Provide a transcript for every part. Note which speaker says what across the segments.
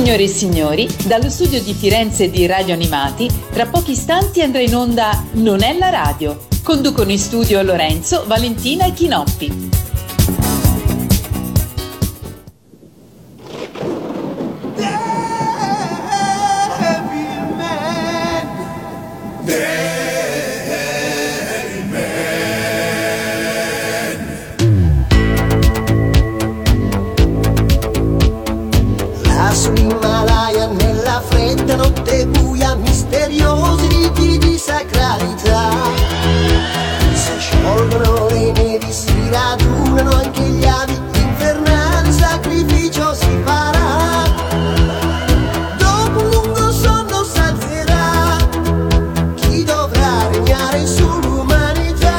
Speaker 1: Signore e signori, dallo studio di Firenze di Radio Animati, tra pochi istanti andrà in onda Non è la radio. Conducono in studio Lorenzo, Valentina e Chinoppi.
Speaker 2: L'Himalaya nella fredda notte buia, misteriosi riti di sacralità. Si sciolgono le nevi, si radunano anche gli avi, l'infernale sacrificio si farà. Dopo un lungo sonno s'alzerà chi dovrà regnare sull'umanità.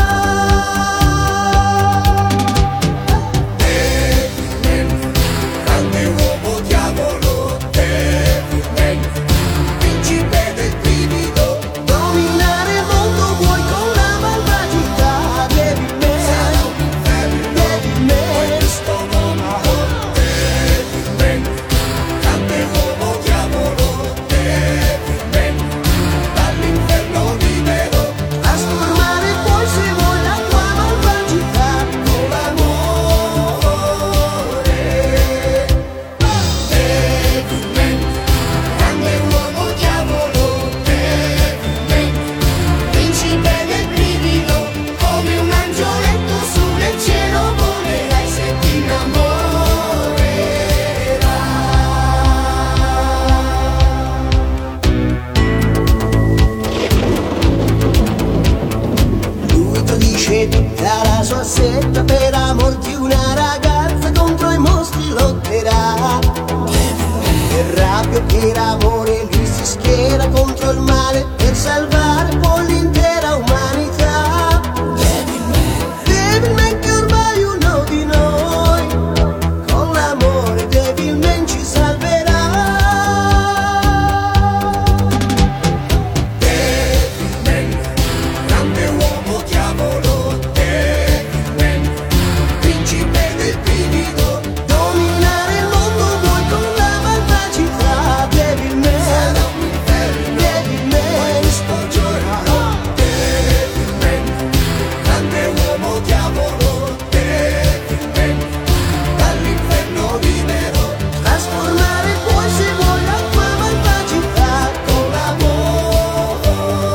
Speaker 2: Grande uomo diavolo, Devilman, principe del brivido, dominare il mondo vuoi con la malvagità. Devilman, sarà un inferno, Devilman, questo mondo. Devilman, grande uomo diavolo, Devilman, dall'inferno libero, trasformare poi se vuoi la tua malvagità con l'amore. Devilman, grande uomo diavolo, Devilman, principe del brivido, come un angioletto su nel cielo volerai se ti innamorerai. Lui tradisce tutta la sua setta per amor di una ragazza, contro i mostri lotterà. Per rabbia e per amore lui si schiera contro il male per salvare poi l'intera umanità. Devilman che ormai è uno di noi, con l'amore Devilman ci salverà. Devilman, grande uomo diavolo, Devilman, principe del brivido, dominare il mondo vuoi con la malvagità. Devilman, sarà un inferno, Devilman, questo giorno. Devilman, grande uomo diavolo, Devilman, dall'inferno libero, trasformare poi se vuoi la tua malvagità con l'amore.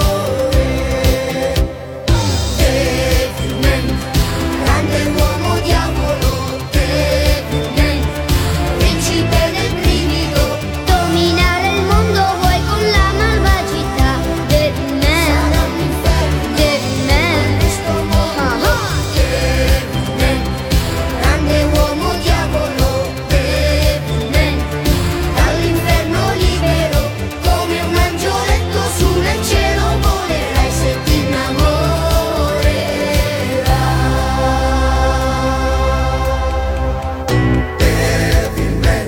Speaker 2: Devilman, grande uomo diavolo, Devilman, principe del brivido,
Speaker 3: Dominare il mondo vuoi con la malvagità. Devilman, Devilman,
Speaker 2: questo mondo. Devilman, grande uomo diavolo, Devilman, dall'inferno libero, come un angioletto su nel cielo volerai se ti innamorerai. Devilman,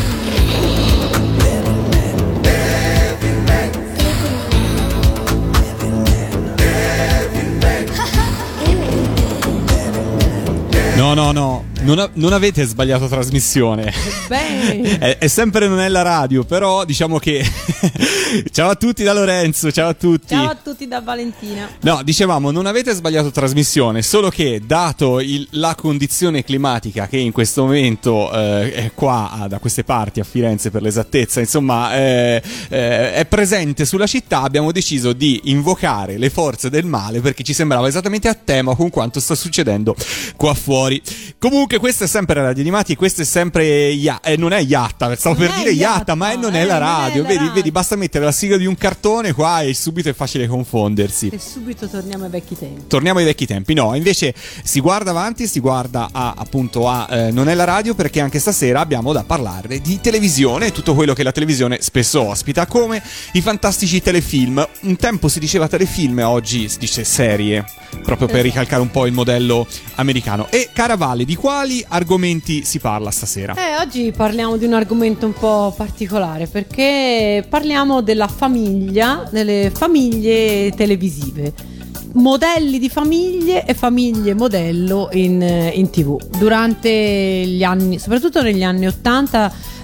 Speaker 4: No, non avete sbagliato trasmissione.
Speaker 5: Bene.
Speaker 4: È sempre Non è la radio, però diciamo che ciao a tutti da Lorenzo, ciao a tutti.
Speaker 5: Ciao a tutti da Valentina.
Speaker 4: No, dicevamo, non avete sbagliato trasmissione, solo che dato la condizione climatica che in questo momento è qua da queste parti, a Firenze per l'esattezza, insomma, è presente sulla città, abbiamo deciso di invocare le forze del male perché ci sembrava esattamente a tema con quanto sta succedendo qua fuori. Comunque questa è sempre Radio Animati, questa è sempre non è Iatta, stavo
Speaker 5: Non
Speaker 4: per
Speaker 5: è
Speaker 4: dire Iatta,
Speaker 5: Iatta,
Speaker 4: ma non è la
Speaker 5: non è
Speaker 4: radio.
Speaker 5: la
Speaker 4: Vedi,
Speaker 5: radio.
Speaker 4: vedi, basta mettere la sigla di un cartone qua e subito è facile confondersi.
Speaker 5: E subito torniamo ai vecchi tempi.
Speaker 4: Torniamo ai vecchi tempi, no, invece si guarda avanti, si guarda appunto a Non è la radio, perché anche stasera abbiamo da parlare di televisione e tutto quello che la televisione spesso ospita, come i fantastici telefilm. Un tempo si diceva telefilm, oggi si dice serie, proprio per ricalcare un po' il modello americano. E cara Vale, di quali argomenti si parla stasera?
Speaker 5: Oggi parliamo di un argomento un po' particolare, perché parliamo della famiglia, delle famiglie televisive. Modelli di famiglie e famiglie modello in TV. Durante gli anni, soprattutto negli anni 80,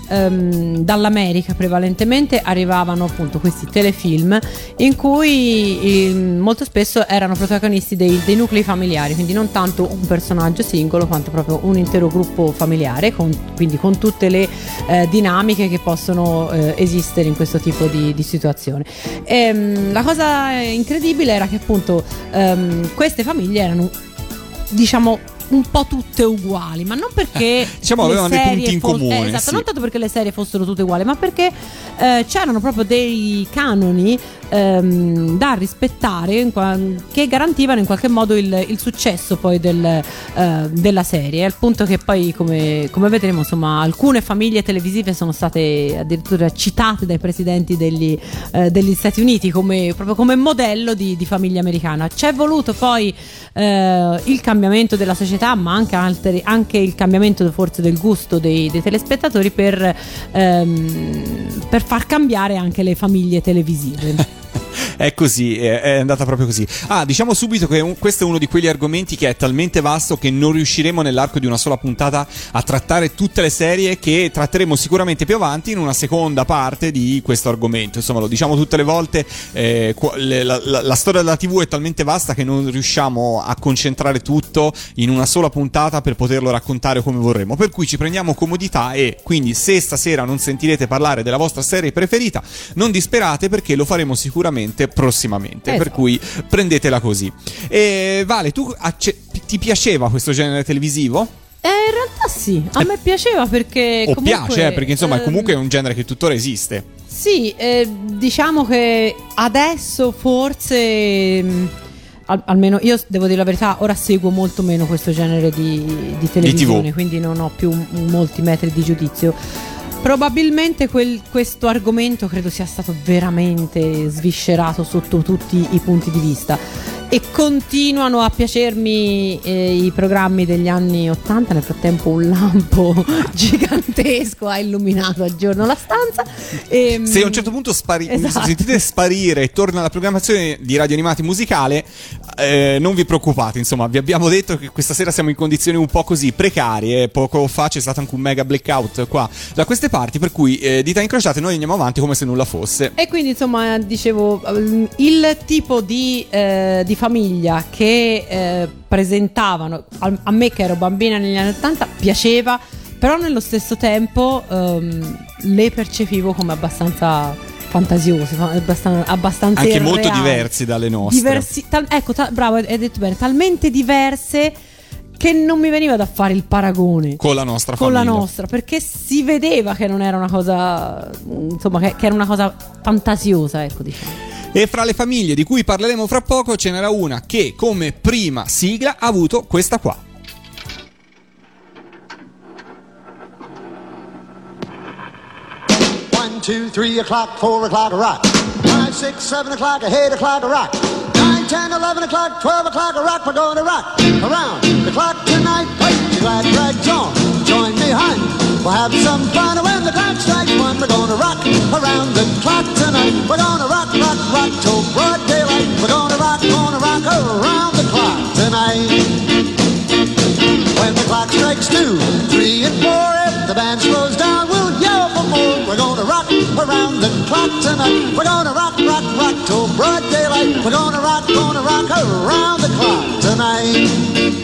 Speaker 5: dall'America prevalentemente arrivavano appunto questi telefilm in cui molto spesso erano protagonisti dei nuclei familiari, quindi non tanto un personaggio singolo quanto proprio un intero gruppo familiare, quindi con tutte le dinamiche che possono esistere in questo tipo di situazione. La cosa incredibile era che appunto queste famiglie erano, diciamo, un po' tutte uguali, ma non perché
Speaker 4: diciamo avevano dei punti in comune,
Speaker 5: esatto,
Speaker 4: sì.
Speaker 5: non tanto perché le serie fossero tutte uguali, ma perché c'erano proprio dei canoni da rispettare che garantivano in qualche modo il successo poi della serie, al punto che poi come vedremo, insomma, alcune famiglie televisive sono state addirittura citate dai presidenti degli Stati Uniti proprio come modello di famiglia americana. C'è voluto poi il cambiamento della società, ma anche il cambiamento forse del gusto dei telespettatori per far cambiare anche le famiglie televisive.
Speaker 4: È così, è andata proprio così. Diciamo subito che questo è uno di quegli argomenti che è talmente vasto che non riusciremo nell'arco di una sola puntata a trattare tutte le serie, che tratteremo sicuramente più avanti in una seconda parte di questo argomento. Insomma, lo diciamo tutte le volte, la storia della TV è talmente vasta che non riusciamo a concentrare tutto in una sola puntata per poterlo raccontare come vorremmo, per cui ci prendiamo comodità, e quindi se stasera non sentirete parlare della vostra serie preferita, non disperate, perché lo faremo sicuramente prossimamente,
Speaker 5: esatto.
Speaker 4: Per cui prendetela così. Vale, tu ti piaceva questo genere televisivo?
Speaker 5: In realtà sì, a me piaceva perché
Speaker 4: o
Speaker 5: comunque,
Speaker 4: piace, perché insomma comunque è un genere che tuttora esiste.
Speaker 5: Sì, diciamo che adesso forse almeno io devo dire la verità, ora seguo molto meno questo genere di televisione, quindi non ho più molti metri di giudizio. Probabilmente questo argomento credo sia stato veramente sviscerato sotto tutti i punti di vista, e continuano a piacermi i programmi degli anni 80. Nel frattempo un lampo gigantesco ha illuminato a giorno la stanza.
Speaker 4: Se a un certo punto
Speaker 5: esatto.
Speaker 4: sentite sparire e torna la programmazione di Radio Animati musicale, non vi preoccupate, insomma, vi abbiamo detto che questa sera siamo in condizioni un po' così precarie. Poco fa c'è stato anche un mega blackout qua da queste parti, per cui dita incrociate, noi andiamo avanti come se nulla fosse. E
Speaker 5: quindi insomma, dicevo, il tipo di famiglia che presentavano a me, che ero bambina negli anni 80, piaceva, però nello stesso tempo le percepivo come abbastanza fantasiose, abbastanza
Speaker 4: anche
Speaker 5: irreali,
Speaker 4: molto diversi dalle nostre.
Speaker 5: Bravo, hai detto bene, talmente diverse che non mi veniva da fare il paragone
Speaker 4: con la nostra famiglia,
Speaker 5: perché si vedeva che non era una cosa, insomma, che era una cosa fantasiosa, ecco, diciamo.
Speaker 4: E fra le famiglie di cui parleremo fra poco ce n'era una che come prima sigla ha avuto questa qua.
Speaker 2: 1, 2, 3 o'clock, 4 o'clock, a rock. 5, 6, 7 o'clock, 8 o'clock, a rock. 9, 10, 11 o'clock, 12 o'clock, a rock. We're going to rock around the clock tonight. Wait, your glad rags on. Join me, hon. We'll have some fun when the clock strikes 1. We're going to rock around the clock tonight. We're going to rock, rock, rock till broad daylight. We're going to rock around the clock tonight. When the clock strikes 2, 3, and 4, if the band slows down, we'll yell for more. We're going to rock around the clock tonight. We're going to rock, rock, rock till broad daylight. We're going to rock around the clock tonight.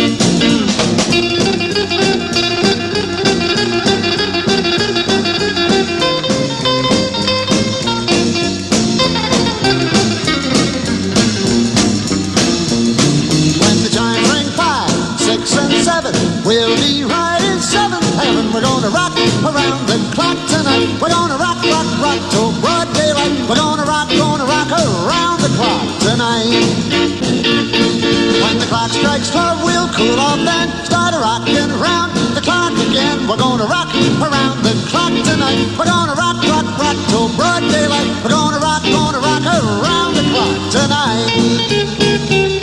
Speaker 2: We'll be right in 7th heaven. We're gonna rock around the clock tonight. We're gonna rock, rock, rock till broad daylight. We're gonna rock around the clock tonight. When the clock strikes 12, we'll cool off then start rocking around the clock again. We're gonna rock around the clock tonight. We're gonna rock, rock, rock till broad daylight. We're gonna rock around the clock tonight.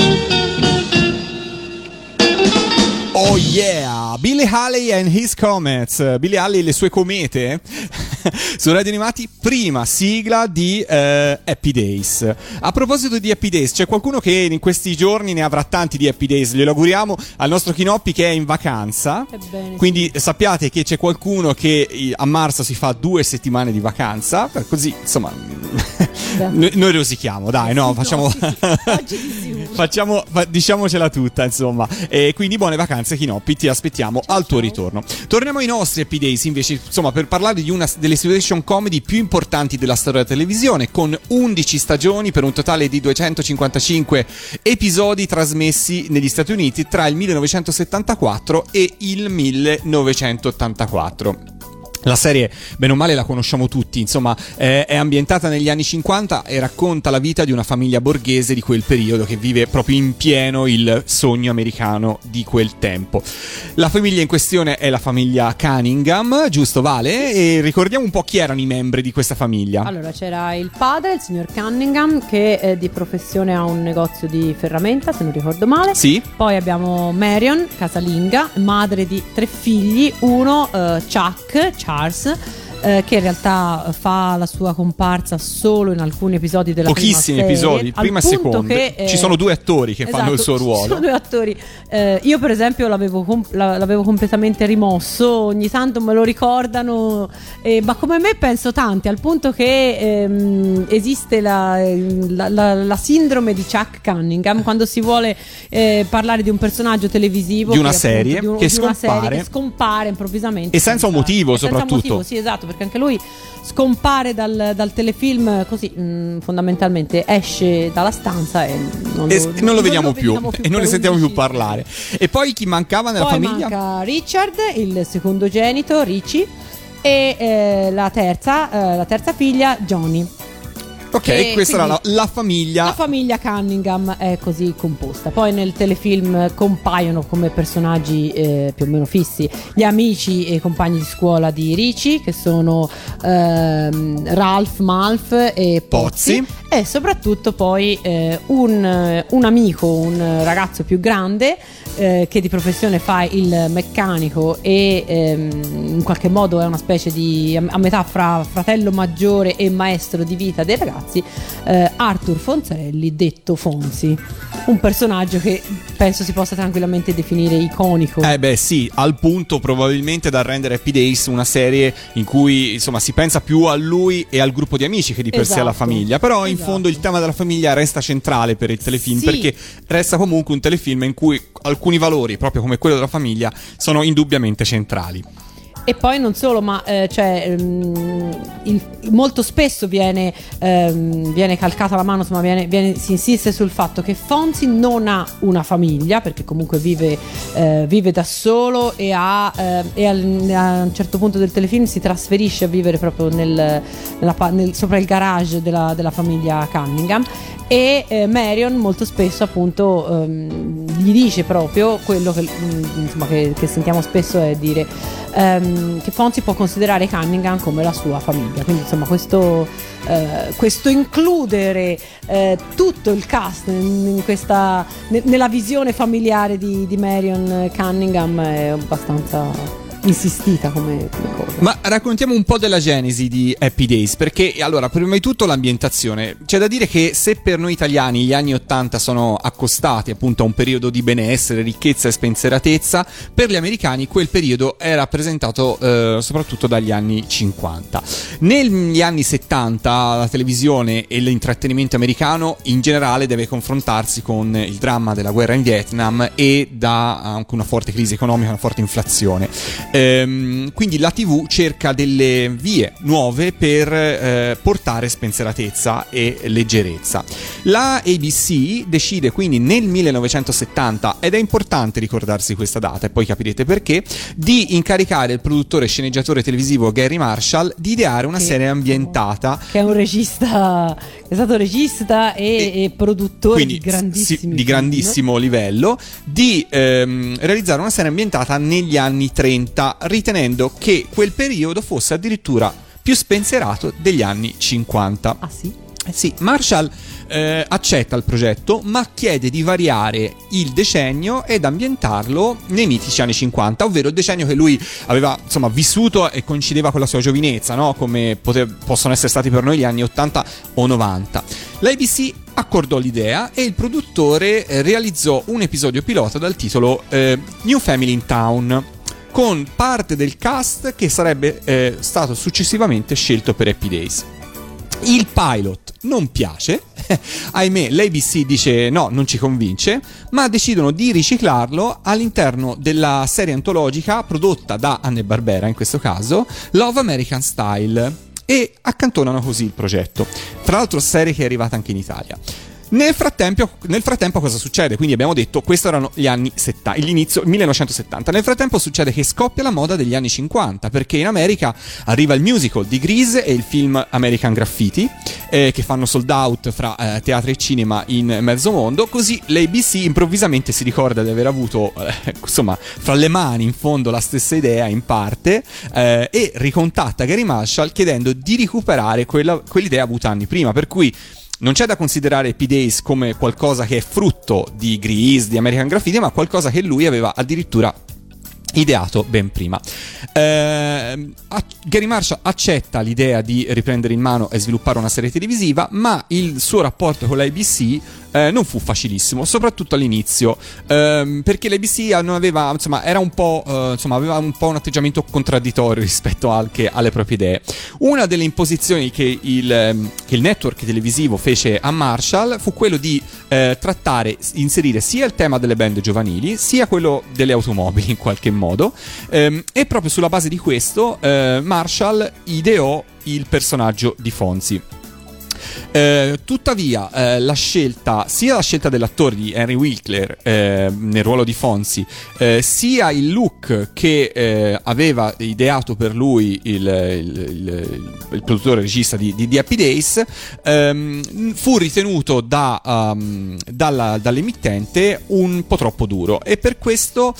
Speaker 4: Oh yeah, Billy Haley and his comets. Billy Haley e le sue comete. su Radio Animati, prima sigla di Happy Days. A proposito di Happy Days, c'è qualcuno che in questi giorni ne avrà tanti di Happy Days, glielo auguriamo al nostro Chinoppi che è in vacanza.
Speaker 5: Ebbene,
Speaker 4: quindi sappiate che c'è qualcuno che a marzo si fa 2 settimane di vacanza, così insomma noi rosichiamo, dai, no, facciamo
Speaker 5: sì. Oggi di sicuro.
Speaker 4: Diciamocela tutta, insomma. E quindi buone vacanze, Chinoppi, ti aspettiamo al tuo ritorno. Torniamo ai nostri Happy Days invece, insomma, per parlare di una delle situation comedy più importanti della storia della televisione, con 11 stagioni per un totale di 255 episodi trasmessi negli Stati Uniti tra il 1974 e il 1984. La serie, bene o male, la conosciamo tutti, insomma, è ambientata negli anni 50 e racconta la vita di una famiglia borghese di quel periodo che vive proprio in pieno il sogno americano di quel tempo. La famiglia in questione è la famiglia Cunningham, giusto Vale? E ricordiamo un po' chi erano i membri di questa famiglia.
Speaker 5: Allora, c'era il padre, il signor Cunningham, che di professione ha un negozio di ferramenta, se non ricordo male.
Speaker 4: Sì.
Speaker 5: Poi abbiamo Marion, casalinga, madre di 3 figli, uno Charles, che in realtà fa la sua comparsa solo in alcuni episodi della
Speaker 4: pochissimi
Speaker 5: prima serie,
Speaker 4: episodi, prima e secondo che, ci sono 2 attori che fanno il suo ruolo.
Speaker 5: Ci sono 2 attori. Io per esempio l'avevo completamente rimosso, ogni tanto me lo ricordano, ma come me penso tanti, al punto che esiste la sindrome di Chuck Cunningham quando si vuole parlare di un personaggio televisivo,
Speaker 4: di una serie che
Speaker 5: scompare improvvisamente
Speaker 4: e senza un motivo, soprattutto.
Speaker 5: Motivo, sì, esatto, perché anche lui scompare dal telefilm così, fondamentalmente esce dalla stanza e non lo vediamo più
Speaker 4: e non ne sentiamo più parlare. E poi chi mancava nella famiglia?
Speaker 5: Manca Richard, il secondogenito, Richie, e la terza figlia, Johnny.
Speaker 4: Ok, questa era la famiglia.
Speaker 5: La famiglia Cunningham è così composta. Poi nel telefilm compaiono come personaggi più o meno fissi gli amici e compagni di scuola di Richie, che sono Ralph, Malf e Pozzi. E soprattutto poi un amico, un ragazzo più grande, che di professione fa il meccanico e in qualche modo è una specie di a metà fra fratello maggiore e maestro di vita dei ragazzi, Arthur Fonzarelli, detto Fonzi, un personaggio che penso si possa tranquillamente definire iconico.
Speaker 4: Sì, al punto probabilmente da rendere Happy Days una serie in cui insomma si pensa più a lui e al gruppo di amici che di per sé alla famiglia, però in fondo il tema della famiglia resta centrale per il telefilm, perché resta comunque un telefilm in cui alcuni valori, proprio come quello della famiglia, sono indubbiamente centrali.
Speaker 5: E poi non solo, ma molto spesso viene calcata la mano, insomma, si insiste sul fatto che Fonzi non ha una famiglia, perché comunque vive da solo e a un certo punto del telefilm si trasferisce a vivere proprio sopra il garage della famiglia Cunningham. E Marion molto spesso appunto gli dice proprio quello che sentiamo spesso, è dire che Fonzi può considerare Cunningham come la sua famiglia. Quindi insomma questo includere tutto il cast nella visione familiare di Marion Cunningham è abbastanza insistita come cosa.
Speaker 4: Ma raccontiamo un po' della genesi di Happy Days, perché allora prima di tutto l'ambientazione. C'è da dire che se per noi italiani gli anni 80 sono accostati appunto a un periodo di benessere, ricchezza e spensieratezza, per gli americani quel periodo è rappresentato soprattutto dagli anni 50. Negli anni 70 la televisione e l'intrattenimento americano in generale deve confrontarsi con il dramma della guerra in Vietnam e da anche una forte crisi economica, una forte inflazione. Quindi la TV cerca delle vie nuove per portare spensieratezza e leggerezza. La ABC decide quindi nel 1970, ed è importante ricordarsi questa data e poi capirete perché, di incaricare il produttore e sceneggiatore televisivo Gary Marshall di ideare una serie ambientata,
Speaker 5: che è un regista, è stato regista e produttore di
Speaker 4: grandissimo livello, di realizzare una serie ambientata negli anni 30, ritenendo che quel periodo fosse addirittura più spensierato degli anni 50.
Speaker 5: Ah sì?
Speaker 4: Sì, Marshall accetta il progetto, ma chiede di variare il decennio ed ambientarlo nei mitici anni 50, ovvero il decennio che lui aveva insomma vissuto e coincideva con la sua giovinezza, no? Come possono essere stati per noi gli anni 80 o 90. L'ABC accordò l'idea e il produttore realizzò un episodio pilota dal titolo New Family in Town, con parte del cast che sarebbe stato successivamente scelto per Happy Days. Il pilot non piace, ahimè l'ABC dice no, non ci convince, ma decidono di riciclarlo all'interno della serie antologica prodotta da Hanna-Barbera, in questo caso Love American Style, e accantonano così il progetto. Tra l'altro serie che è arrivata anche in Italia. Nel frattempo cosa succede? Quindi abbiamo detto, questo erano gli anni 70, l'inizio 1970. Nel frattempo succede che scoppia la moda degli anni 50, perché in America arriva il musical di Grease e il film American Graffiti, che fanno sold out fra teatri e cinema in mezzo mondo. Così l'ABC improvvisamente si ricorda di aver avuto insomma fra le mani in fondo la stessa idea in parte, e ricontatta Gary Marshall chiedendo di recuperare quell'idea avuta anni prima, per cui non c'è da considerare Happy Days come qualcosa che è frutto di Grease, di American Graffiti, ma qualcosa che lui aveva addirittura ideato ben prima. Gary Marshall accetta l'idea di riprendere in mano e sviluppare una serie televisiva, ma il suo rapporto con l'ABC non fu facilissimo, soprattutto all'inizio, perché l'ABC non aveva, insomma, era un po', aveva un po' un atteggiamento contraddittorio rispetto anche alle proprie idee. Una delle imposizioni che il network televisivo fece a Marshall fu quello di inserire sia il tema delle band giovanili sia quello delle automobili in qualche modo, e proprio sulla base di questo Marshall ideò il personaggio di Fonzie. Tuttavia la scelta dell'attore di Henry Winkler nel ruolo di Fonzie, sia il look che aveva ideato per lui il produttore regista di Happy Days, fu ritenuto dall'emittente un po' troppo duro, e per questo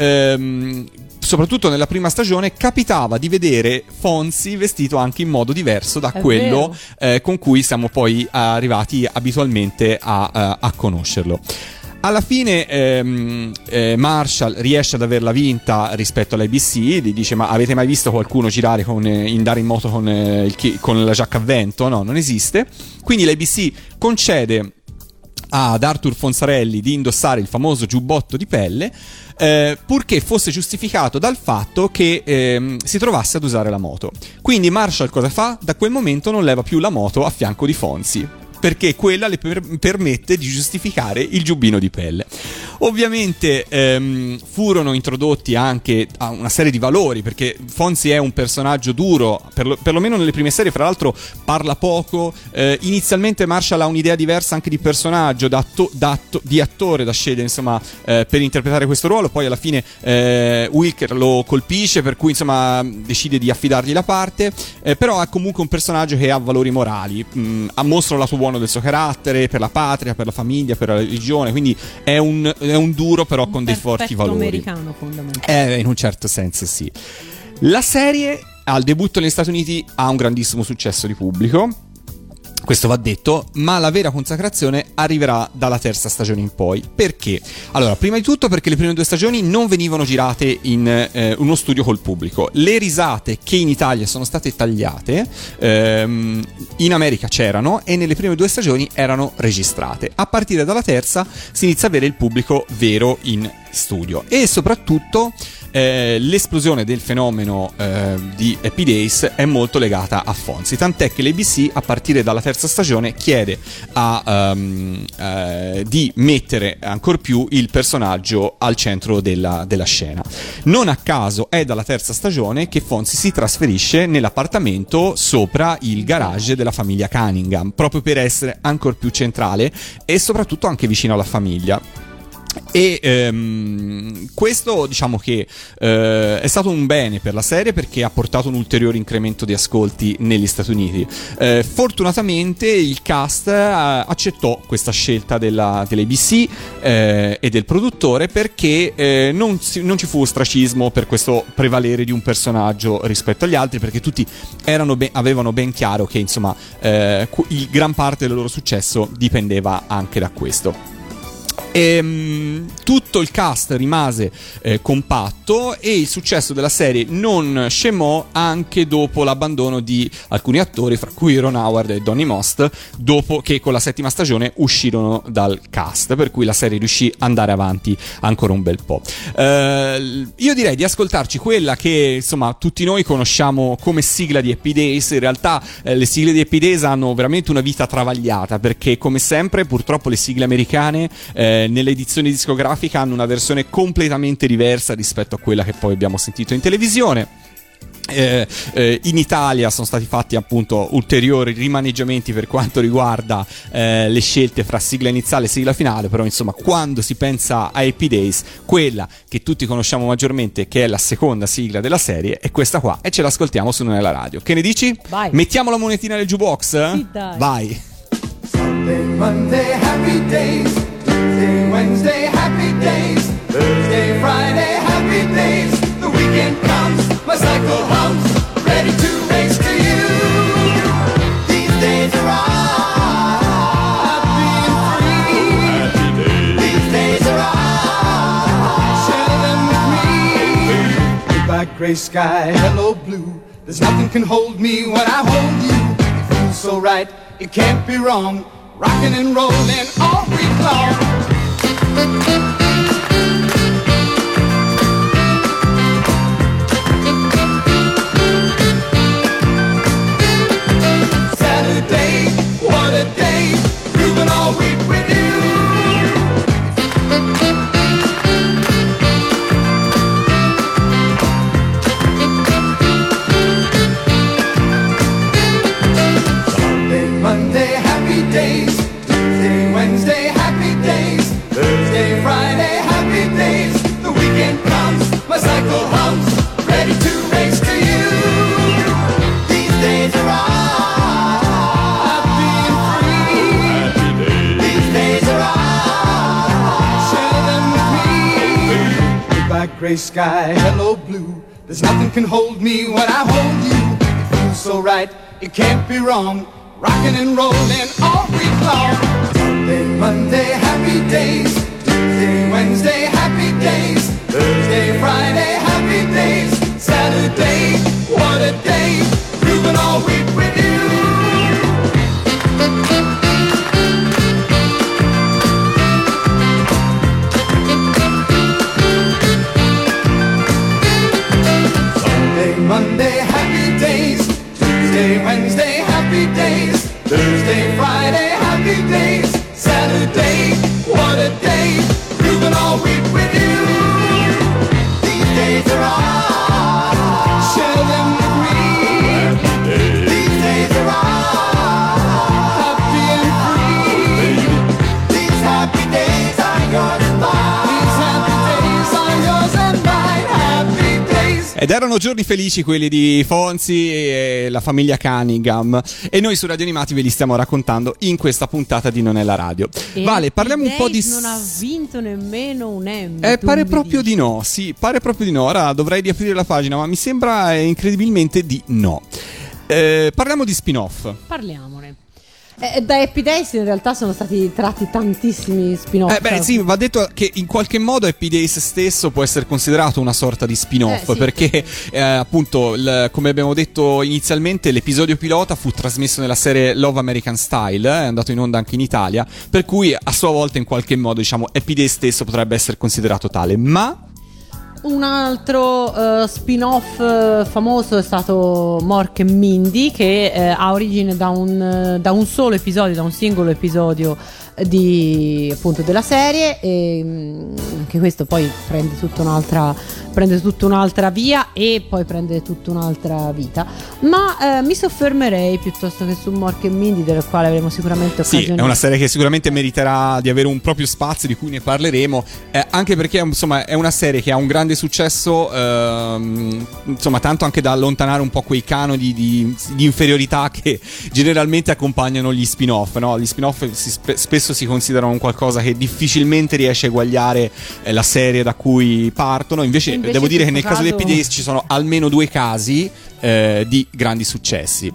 Speaker 4: soprattutto nella prima stagione capitava di vedere Fonzie vestito anche in modo diverso da quello con cui siamo poi arrivati abitualmente a conoscerlo. Alla fine Marshall riesce ad averla vinta rispetto all'ABC, gli dice: ma avete mai visto qualcuno girare andare in moto con la giacca a vento? No, non esiste. Quindi l'ABC concede ad Arthur Fonzarelli di indossare il famoso giubbotto di pelle, purché fosse giustificato dal fatto che si trovasse ad usare la moto. Quindi Marshall cosa fa? Da quel momento non leva più la moto a fianco di Fonzie, perché quella le permette di giustificare il giubbino di pelle. Ovviamente furono introdotti anche una serie di valori, perché Fonzie è un personaggio duro, perlomeno nelle prime serie. Fra l'altro parla poco. Inizialmente Marshall ha un'idea diversa anche di personaggio, di attore da scegliere, insomma, per interpretare questo ruolo. Poi alla fine Winkler lo colpisce, per cui insomma decide di affidargli la parte, però è comunque un personaggio che ha valori morali, mostra la sua buono del suo carattere per la patria, per la famiglia, per la religione. Quindi è un duro, però con dei forti valori.
Speaker 5: Americano, fondamentalmente.
Speaker 4: In un certo senso sì. La serie al debutto negli Stati Uniti ha un grandissimo successo di pubblico, questo va detto, ma la vera consacrazione arriverà dalla terza stagione in poi. Perché? Allora, prima di tutto perché le prime due stagioni non venivano girate in uno studio col pubblico. Le risate che in Italia sono state tagliate in America c'erano, e nelle prime due stagioni erano registrate. A partire dalla terza si inizia a avere il pubblico vero in studio, e soprattutto l'esplosione del fenomeno di Happy Days è molto legata a Fonzie, tant'è che l'ABC a partire dalla terza stagione chiede di mettere ancor più il personaggio al centro della scena. Non a caso è dalla terza stagione che Fonzie si trasferisce nell'appartamento sopra il garage della famiglia Cunningham, proprio per essere ancor più centrale e soprattutto anche vicino alla famiglia. E questo diciamo che è stato un bene per la serie, perché ha portato un ulteriore incremento di ascolti negli Stati Uniti. Fortunatamente il cast accettò questa scelta dell'ABC e del produttore, perché non ci fu ostracismo per questo prevalere di un personaggio rispetto agli altri, perché tutti avevano ben chiaro che insomma gran parte del loro successo dipendeva anche da questo. Tutto il cast rimase compatto, e il successo della serie non scemò anche dopo l'abbandono di alcuni attori, fra cui Ron Howard e Donny Most, dopo che con la 7ª stagione uscirono dal cast, per cui la serie riuscì ad andare avanti ancora un bel po'. Io direi di ascoltarci quella che insomma tutti noi conosciamo come sigla di Happy Days. In realtà le sigle di Happy Days hanno veramente una vita travagliata, perché come sempre purtroppo le sigle americane nelle edizioni discografiche hanno una versione completamente diversa rispetto a quella che poi abbiamo sentito in televisione. In Italia sono stati fatti appunto ulteriori rimaneggiamenti per quanto riguarda le scelte fra sigla iniziale e sigla finale, però insomma quando si pensa a Happy Days, quella che tutti conosciamo maggiormente, che è la seconda sigla della serie, è questa qua, e ce l'ascoltiamo su Nella Radio. Che ne dici?
Speaker 5: Vai.
Speaker 4: Mettiamo la monetina nel jukebox?
Speaker 5: Sì, dai.
Speaker 4: Vai.
Speaker 6: Sunday, Monday, happy days. Tuesday, Wednesday, happy days. Thursday, Friday, happy days. The weekend comes, my cycle hums, ready to race to you.
Speaker 2: These days are
Speaker 6: Happy and free.
Speaker 2: These days are
Speaker 6: Share them with me. Goodbye, gray sky, hello, blue. There's nothing can hold me when I hold you. It feels so right, it can't be wrong. Rocking and rolling all week long. Saturday, what a day, grooving all week with you. Sunday, Monday, happy days. Tuesday, Wednesday, happy days. Thursday, Friday, happy days. The weekend comes, my cycle hums, ready to race to you.
Speaker 2: These days are
Speaker 6: Happy and free.
Speaker 2: These days are
Speaker 6: Share them with me. Goodbye, gray sky, hello, blue. There's nothing can hold me when I hold you. It feels so right, it can't be wrong. Rocking and rolling all week long. Sunday, Monday, happy days. Tuesday, Wednesday, happy days. Thursday, Friday, happy days. Saturday, what a day. Grooving all week with you. Sunday, Monday, happy days. Tuesday, Wednesday, happy days. Thursday, Friday, happy days. Saturday, what a day. Grooving all week with you.
Speaker 2: These days are
Speaker 6: Share them with me.
Speaker 2: These days are
Speaker 6: Happy and free.
Speaker 2: These happy days are yours and mine.
Speaker 6: These happy days are yours and mine. Happy days.
Speaker 4: Ed erano giorni felici quelli di Fonzi e la famiglia Cunningham, e noi su Radio Animati ve li stiamo raccontando in questa puntata di Non è la radio.
Speaker 5: E
Speaker 4: Vale, parliamo un po' di...
Speaker 5: non ha vinto nemmeno un Emmy. tu
Speaker 4: pare
Speaker 5: mi
Speaker 4: proprio
Speaker 5: dici.
Speaker 4: di no, sì, pare proprio di no. Ora dovrei riaprire la pagina, ma mi sembra incredibilmente di no. Parliamo di spin-off.
Speaker 5: Parliamone. Da Happy Days in realtà sono stati tratti tantissimi spin-off.
Speaker 4: Sì, va detto che in qualche modo Happy Days stesso può essere considerato una sorta di spin-off,
Speaker 5: sì,
Speaker 4: perché appunto, come abbiamo detto inizialmente, l'episodio pilota fu trasmesso nella serie Love American Style, è andato in onda anche in Italia, per cui a sua volta in qualche modo, diciamo, Happy Days stesso potrebbe essere considerato tale, ma...
Speaker 5: Un altro spin-off famoso è stato Mork e Mindy, che ha origine da un solo episodio, da un singolo episodio appunto della serie, e anche questo poi prende tutta un'altra via e poi prende tutta un'altra vita, ma mi soffermerei piuttosto che su Mork e Mindy, del quale avremo sicuramente occasione.
Speaker 4: Sì, è una serie che sicuramente meriterà di avere un proprio spazio, di cui ne parleremo, anche perché insomma è una serie che ha un grande successo, insomma tanto anche da allontanare un po' quei canoni di inferiorità che generalmente accompagnano gli spin-off, no? Gli spin-off spesso si considerano un qualcosa che difficilmente riesce a eguagliare la serie da cui partono. Invece devo dire che nel caso di Happy Days ci sono almeno 2 casi di grandi successi.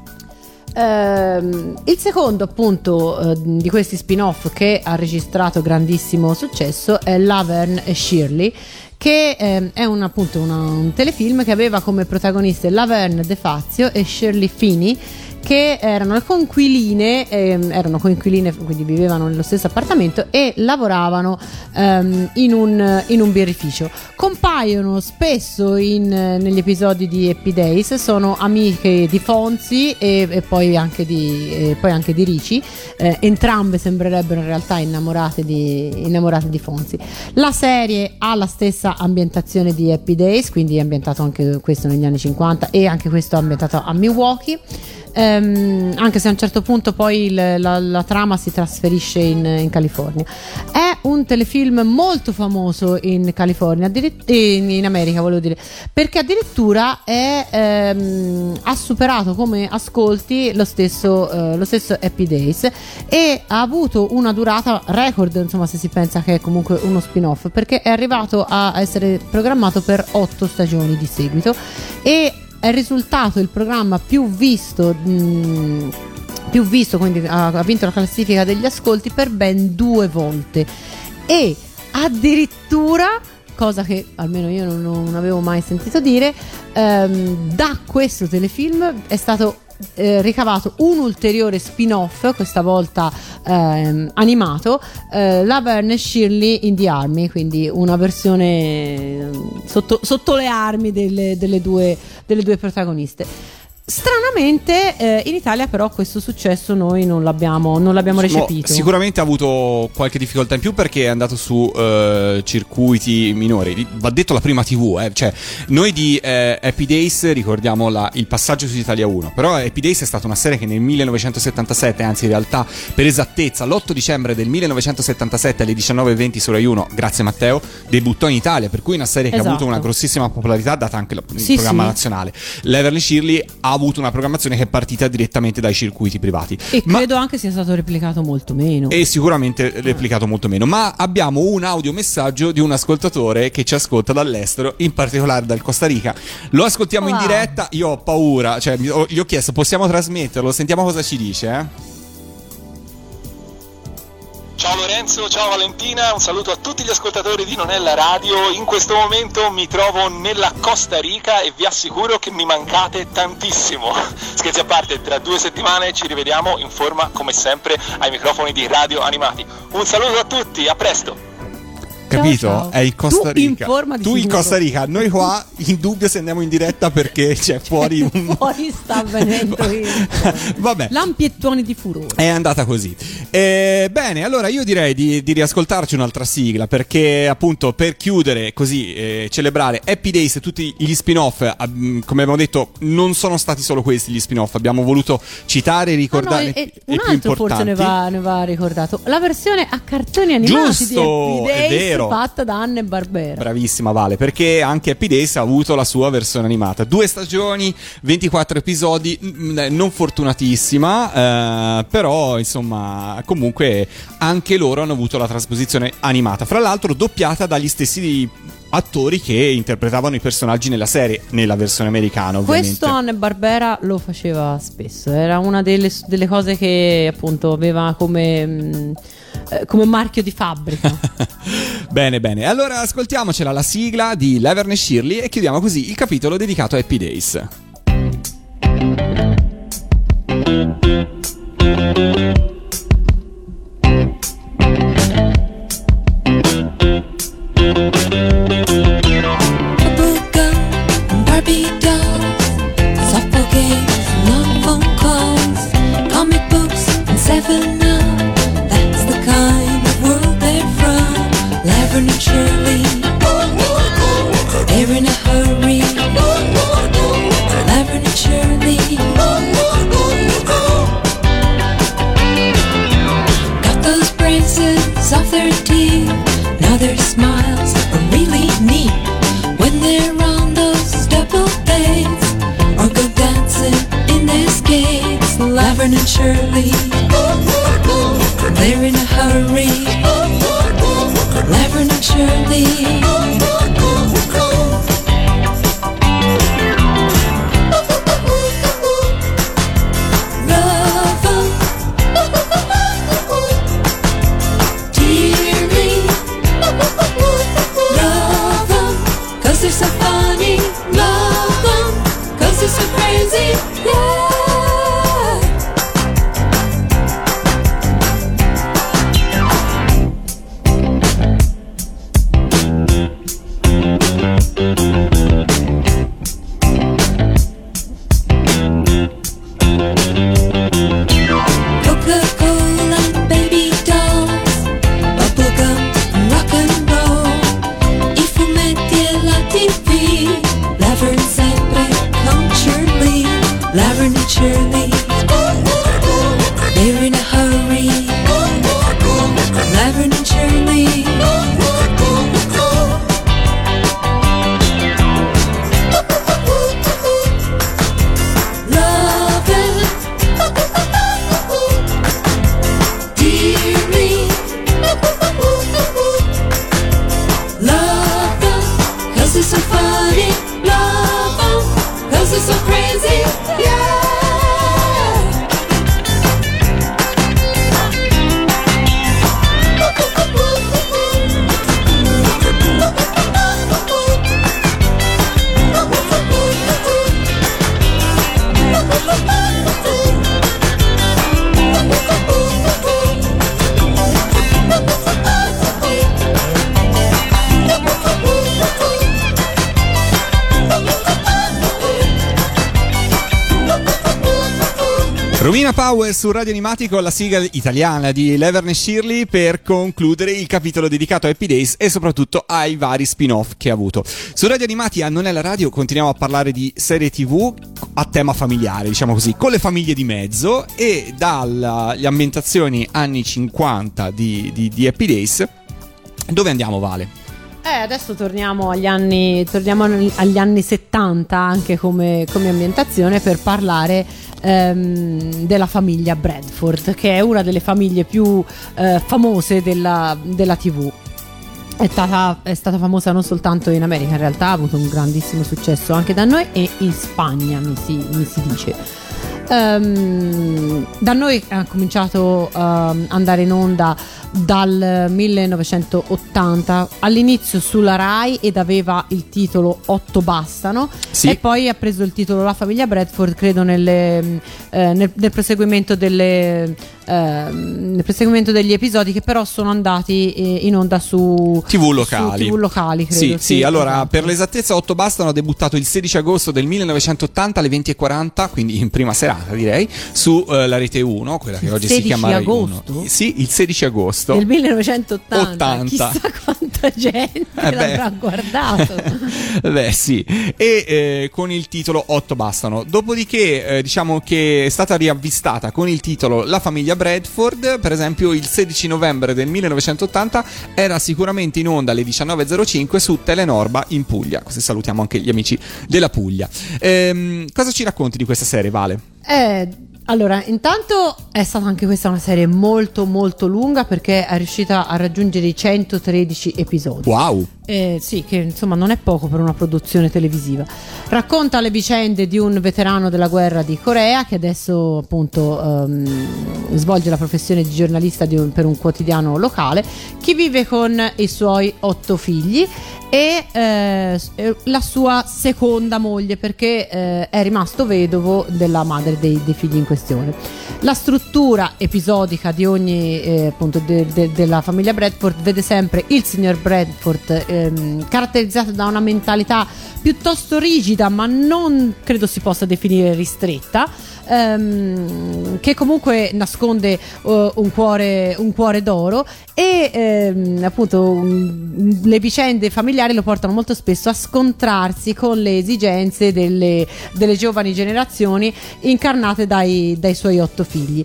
Speaker 5: Il secondo appunto di questi spin-off che ha registrato grandissimo successo è Laverne e Shirley, che è un telefilm che aveva come protagoniste Laverne De Fazio e Shirley Feeney, che erano coinquiline, quindi vivevano nello stesso appartamento e lavoravano in un birrificio. Compaiono spesso negli episodi di Happy Days, sono amiche di Fonzie e poi anche di Ricci, entrambe sembrerebbero in realtà innamorate di Fonzie. La serie ha la stessa ambientazione di Happy Days, quindi è ambientato anche questo negli anni 50 e anche questo è ambientato a Milwaukee. Anche se a un certo punto poi la trama si trasferisce in California. È un telefilm molto famoso in California, in America volevo dire, perché addirittura ha superato come ascolti lo stesso Happy Days e ha avuto una durata record, insomma, se si pensa che è comunque uno spin-off, perché è arrivato a essere programmato per 8 stagioni di seguito e è risultato il programma più visto, quindi ha vinto la classifica degli ascolti per ben 2 volte e addirittura, cosa che almeno io non avevo mai sentito dire, da questo telefilm è stato ricavato un ulteriore spin-off, questa volta animato, Laverne e Shirley in the Army, quindi una versione sotto le armi delle due protagoniste. Stranamente in Italia però questo successo noi non l'abbiamo recepito.
Speaker 4: Sicuramente ha avuto qualche difficoltà in più perché è andato su circuiti minori. Va detto la prima TV, cioè noi di Happy Days ricordiamo il passaggio su Italia 1, però Happy Days è stata una serie che nel 1977, anzi in realtà per esattezza l'8 dicembre del 1977 alle 19:20 su Rai 1, grazie Matteo, debuttò in Italia, per cui una serie che ha avuto una grossissima popolarità data anche il programma nazionale. Laverne e Shirley ha avuto una programmazione che è partita direttamente dai circuiti privati
Speaker 5: e credo anche sia stato replicato molto meno,
Speaker 4: e sicuramente replicato molto meno, ma abbiamo un audiomessaggio di un ascoltatore che ci ascolta dall'estero, in particolare dal Costa Rica. Lo ascoltiamo in diretta, io ho paura, cioè gli ho chiesto possiamo trasmetterlo, sentiamo cosa ci dice.
Speaker 7: Ciao Lorenzo, ciao Valentina, un saluto a tutti gli ascoltatori di Non è la radio. In questo momento mi trovo nella Costa Rica e vi assicuro che mi mancate tantissimo. Scherzi a parte, tra 2 settimane ci rivediamo in forma come sempre ai microfoni di Radio Animati. Un saluto a tutti, a presto!
Speaker 4: Capito?
Speaker 5: Ciao.
Speaker 4: È in Costa Rica.
Speaker 5: Tu
Speaker 4: in Costa Rica, noi qua in dubbio se andiamo in diretta perché c'è fuori
Speaker 5: fuori sta avvenendo
Speaker 4: vabbè,
Speaker 5: lampiettoni di furore.
Speaker 4: È andata così. Bene, allora io direi di riascoltarci un'altra sigla, perché appunto per chiudere così, celebrare Happy Days e tutti gli spin-off, come abbiamo detto non sono stati solo questi gli spin-off, abbiamo voluto citare e ricordare i
Speaker 5: un
Speaker 4: più
Speaker 5: altro
Speaker 4: importanti.
Speaker 5: Forse ne va ricordato, la versione a cartoni animati di Happy Days, è vero, fatta da Hanna e Barbera.
Speaker 4: Bravissima Vale, perché anche Happy Days ha avuto la sua versione animata, 2 stagioni, 24 episodi, non fortunatissima, però insomma comunque anche loro hanno avuto la trasposizione animata, fra l'altro doppiata dagli stessi attori che interpretavano i personaggi nella serie, nella versione americana ovviamente.
Speaker 5: Questo Hanna e Barbera lo faceva spesso, era una delle cose che appunto aveva come marchio di fabbrica.
Speaker 4: Bene, allora ascoltiamocela la sigla di Laverne e Shirley e chiudiamo così il capitolo dedicato a Happy Days.
Speaker 8: Laverne and Shirley a hurry. Laverne and Shirley. Got those braces off their teeth. Now their smiles are really neat when they're on those double dates or go dancing in their skates. Laverne and Shirley, they're in a hurry. Laverne and Shirley. Love 'em dearly. Love 'em 'cause they're so funny. Love 'em 'cause they're so crazy. Yeah. Coca-Cola and baby dolls, bubblegum and rock and roll. I fumetti e la TV, Laverne sempre con Shirley. Laverne and Shirley, they're in a hurry. Laverne and Shirley. Love it dearly. Love them 'cause they're so funny. Love them 'cause they're so crazy. Yeah.
Speaker 4: Romina Power su Radio Animati con la sigla italiana di Laverne e Shirley per concludere il capitolo dedicato a Happy Days e soprattutto ai vari spin-off che ha avuto. Su Radio Animati a Non è la radio continuiamo a parlare di serie TV a tema familiare, diciamo così, con le famiglie di mezzo, e dalle ambientazioni anni 50 di Happy Days. Dove andiamo, Vale?
Speaker 5: Adesso torniamo agli anni 70 anche come ambientazione, per parlare della famiglia Bradford, che è una delle famiglie più famose della TV. È stata famosa non soltanto in America, in realtà ha avuto un grandissimo successo anche da noi e in Spagna, mi si dice. Da noi ha cominciato ad andare in onda dal 1980, all'inizio sulla Rai, ed aveva il titolo 8 bastano, sì. E poi ha preso il titolo La famiglia Bradford, credo nel proseguimento degli episodi, che però sono andati in onda su
Speaker 4: TV locali.
Speaker 5: Su TV locali, credo.
Speaker 4: Sì, allora,
Speaker 5: esatto.
Speaker 4: Per l'esattezza 8 bastano ha debuttato il 16 agosto del 1980 alle 20:40, quindi in prima serata direi, su la Rete 1, quella che oggi si chiama Rai 1. Sì, il 16 agosto
Speaker 5: del 1980. Chissà quanta gente l'avrà guardato.
Speaker 4: Beh, sì. E con il titolo 8 bastano. Dopodiché diciamo che è stata riavvistata con il titolo La famiglia Bradford, per esempio il 16 novembre del 1980 era sicuramente in onda alle 19:05 su Telenorba in Puglia. Così salutiamo anche gli amici della Puglia. Cosa ci racconti di questa serie, Vale?
Speaker 5: Allora, intanto è stata anche questa una serie molto molto lunga, perché è riuscita a raggiungere i 113 episodi.
Speaker 4: Wow!
Speaker 5: Sì, che insomma non è poco per una produzione televisiva. Racconta le vicende di un veterano della guerra di Corea, che adesso appunto svolge la professione di giornalista per un quotidiano locale, che vive con i suoi 8 figli e la sua seconda moglie, perché è rimasto vedovo della madre dei figli in questione. La struttura episodica di ogni appunto della famiglia Bradford vede sempre il signor Bradford caratterizzata da una mentalità piuttosto rigida, ma non credo si possa definire ristretta, che comunque nasconde un cuore d'oro, e appunto le vicende familiari lo portano molto spesso a scontrarsi con le esigenze delle giovani generazioni incarnate dai suoi 8 figli.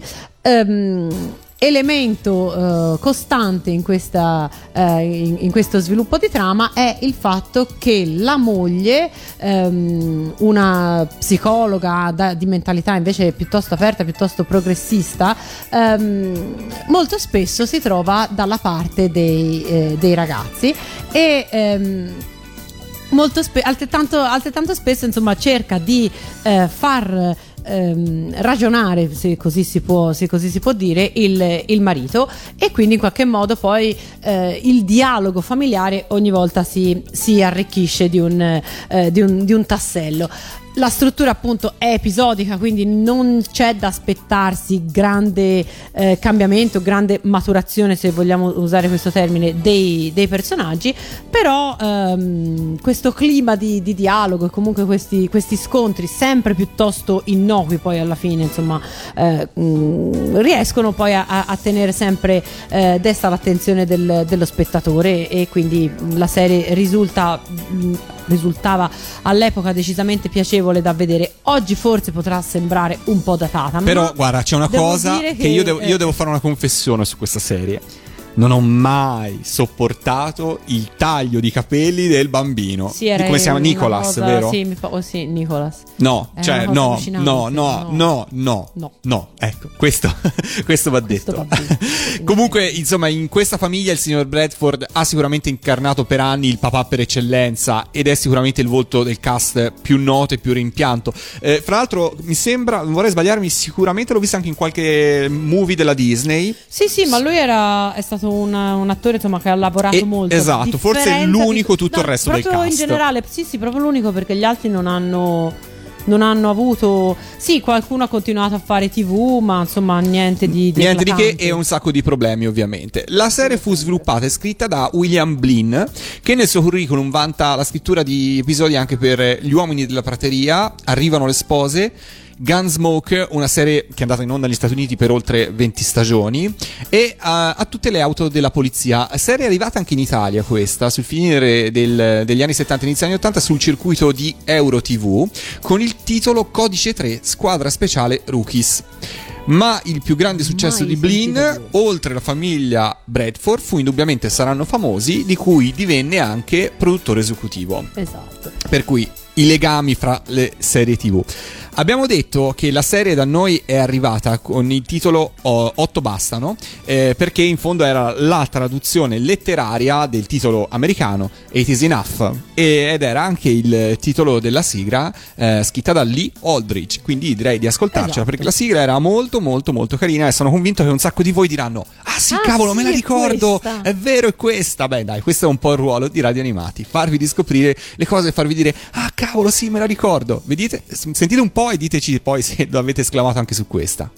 Speaker 5: Elemento costante in questo sviluppo di trama è il fatto che la moglie, una psicologa di mentalità invece piuttosto aperta, piuttosto progressista, molto spesso si trova dalla parte dei ragazzi e altrettanto spesso, insomma, cerca di far ragionare, se così si può dire, il marito, e quindi in qualche modo poi il dialogo familiare ogni volta si arricchisce di un tassello. La struttura appunto è episodica, quindi non c'è da aspettarsi grande cambiamento, grande maturazione, se vogliamo usare questo termine, dei personaggi, però questo clima di dialogo e comunque questi scontri sempre piuttosto innocui poi alla fine, insomma, riescono poi a tenere sempre desta l'attenzione dello spettatore, e quindi la serie risultava all'epoca decisamente piacevole da vedere. Oggi forse potrà sembrare un po' datata,
Speaker 4: però guarda, c'è una cosa che io devo fare una confessione su questa serie. Non ho mai sopportato il taglio di capelli del bambino.
Speaker 5: Sì, era
Speaker 4: come si chiama? Nicholas,
Speaker 5: cosa,
Speaker 4: vero?
Speaker 5: Sì, sì, Nicholas.
Speaker 4: No,
Speaker 5: Era
Speaker 4: cioè
Speaker 5: una cosa
Speaker 4: no,
Speaker 5: allucinante.
Speaker 4: ecco, questo va detto. Comunque, insomma, in questa famiglia il signor Bradford ha sicuramente incarnato per anni il papà per eccellenza, ed è sicuramente il volto del cast più noto e più rimpianto. Fra l'altro, mi sembra, non vorrei sbagliarmi, sicuramente l'ho visto anche in qualche movie della Disney.
Speaker 5: Sì, ma lui è stato un attore, insomma, che ha lavorato molto.
Speaker 4: Esatto, forse è l'unico tutto il resto del cast.
Speaker 5: Proprio in generale, sì, proprio l'unico, perché gli altri non hanno avuto. Sì, qualcuno ha continuato a fare TV, ma insomma niente di
Speaker 4: che, e un sacco di problemi, ovviamente. La serie fu sviluppata e scritta da William Blinn, che nel suo curriculum vanta la scrittura di episodi anche per Gli uomini della prateria, Arrivano le spose, Gunsmoke, una serie che è andata in onda negli Stati Uniti per oltre 20 stagioni, e a tutte le auto della polizia. Serie arrivata anche in Italia, questa sul finire degli anni 70 e inizi anni 80 sul circuito di Euro TV, con il titolo Codice 3, Squadra Speciale Rookies. Ma il più grande successo di Blinn, oltre la famiglia Bradford, fu indubbiamente Saranno famosi, di cui divenne anche produttore esecutivo.
Speaker 5: Esatto.
Speaker 4: Per cui i legami fra le serie TV. Abbiamo detto che la serie da noi è arrivata con il titolo 8 bastano, perché in fondo era la traduzione letteraria del titolo americano It is Enough, ed era anche il titolo della sigla scritta da Lee Aldridge, quindi direi di ascoltarcela, esatto, perché la sigla era molto molto molto carina, e sono convinto che un sacco di voi diranno: ah sì, cavolo, me la ricordo, è vero, è questa. Beh dai, questo è un po' il ruolo di Radio Animati, farvi riscoprire le cose e farvi dire: ah cavolo, sì, me la ricordo. Vedete, sentite un po' e diteci poi se lo avete esclamato anche su questa.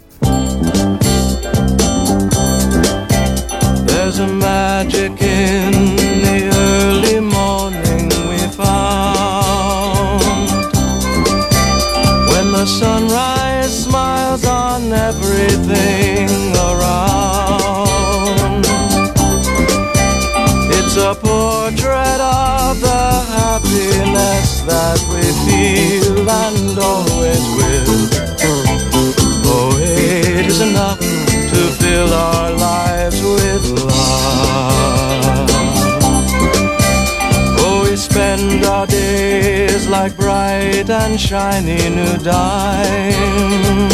Speaker 9: There's a magic in the early morning we found, when the sunrise smiles on everything around. It's a portrait of the happiness that we feel and always will. Oh, it is enough to fill our lives with love. Oh, we spend our days like bright and shiny new dimes.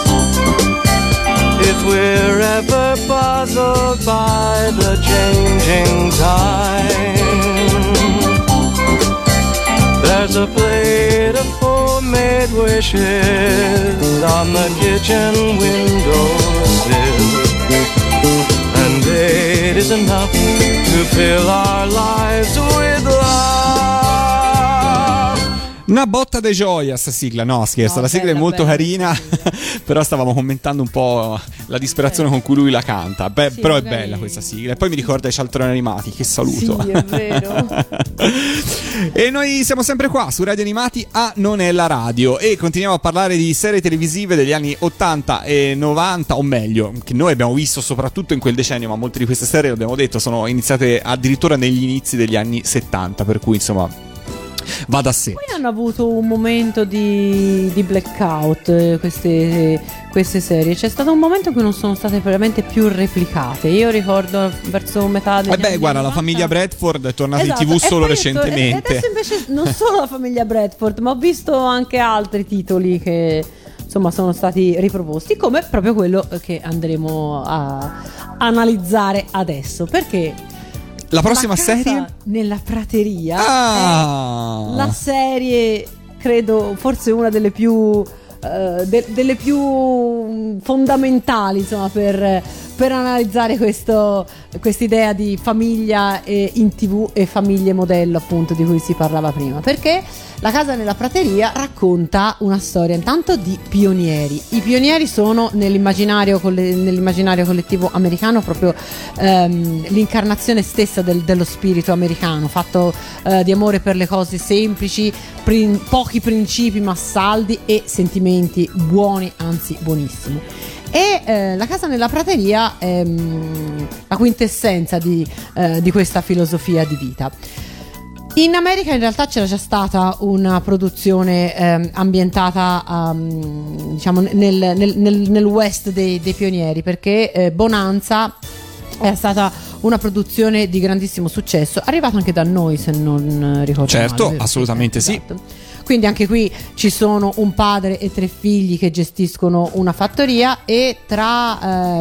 Speaker 9: If we're ever puzzled by the changing time, there's a plate of homemade wishes on the kitchen windowsill, and it is enough to fill our lives with love.
Speaker 4: Una botta de gioia sta sigla, no scherzo,
Speaker 5: No,
Speaker 4: la sigla
Speaker 5: bella,
Speaker 4: è molto
Speaker 5: bella
Speaker 4: carina, però stavamo commentando un po' la disperazione con cui lui la canta. Beh,
Speaker 5: Sì,
Speaker 4: però è
Speaker 5: magari-
Speaker 4: bella questa sigla. E poi mi ricorda i cialtroni animati, che saluto.
Speaker 5: Sì, è vero.
Speaker 4: E noi siamo sempre qua su Radio Animati a Non è la radio e continuiamo a parlare di serie televisive degli anni 80 e 90, o meglio, che noi abbiamo visto soprattutto in quel decennio, ma molte di queste serie, l'abbiamo detto, sono iniziate addirittura negli inizi degli anni 70, per cui insomma va da sé.
Speaker 5: Poi hanno avuto un momento di blackout, queste serie. C'è stato un momento in cui non sono state veramente più replicate. Io ricordo verso metà degli anni
Speaker 4: Guarda, la
Speaker 5: 90.
Speaker 4: famiglia Bradford è tornata
Speaker 5: Esatto,
Speaker 4: in TV
Speaker 5: e
Speaker 4: solo
Speaker 5: poi ho detto,
Speaker 4: recentemente.
Speaker 5: E adesso invece non solo la famiglia Bradford, ma ho visto anche altri titoli che insomma sono stati riproposti, come proprio quello che andremo a analizzare adesso, perché
Speaker 4: La prossima
Speaker 5: La casa
Speaker 4: serie?
Speaker 5: nella prateria
Speaker 4: Ah!
Speaker 5: è la serie, credo, forse una delle più delle più fondamentali, insomma, per analizzare quest'idea di famiglia in TV e famiglie modello, appunto, di cui si parlava prima, perché La casa nella prateria racconta una storia intanto di pionieri. I pionieri sono nell'immaginario collettivo americano proprio l'incarnazione stessa dello spirito americano, fatto di amore per le cose semplici, pochi principi ma saldi e sentimenti buoni, anzi buonissimi. E La casa nella prateria è la quintessenza di questa filosofia di vita. In America in realtà c'era già stata una produzione ambientata diciamo nel West dei pionieri, perché Bonanza è stata una produzione di grandissimo successo, arrivata anche da noi, se non ricordo
Speaker 4: Certo,
Speaker 5: male.
Speaker 4: assolutamente sì.
Speaker 5: Esatto. Quindi anche qui ci sono un padre e 3 figli che gestiscono una fattoria, e tra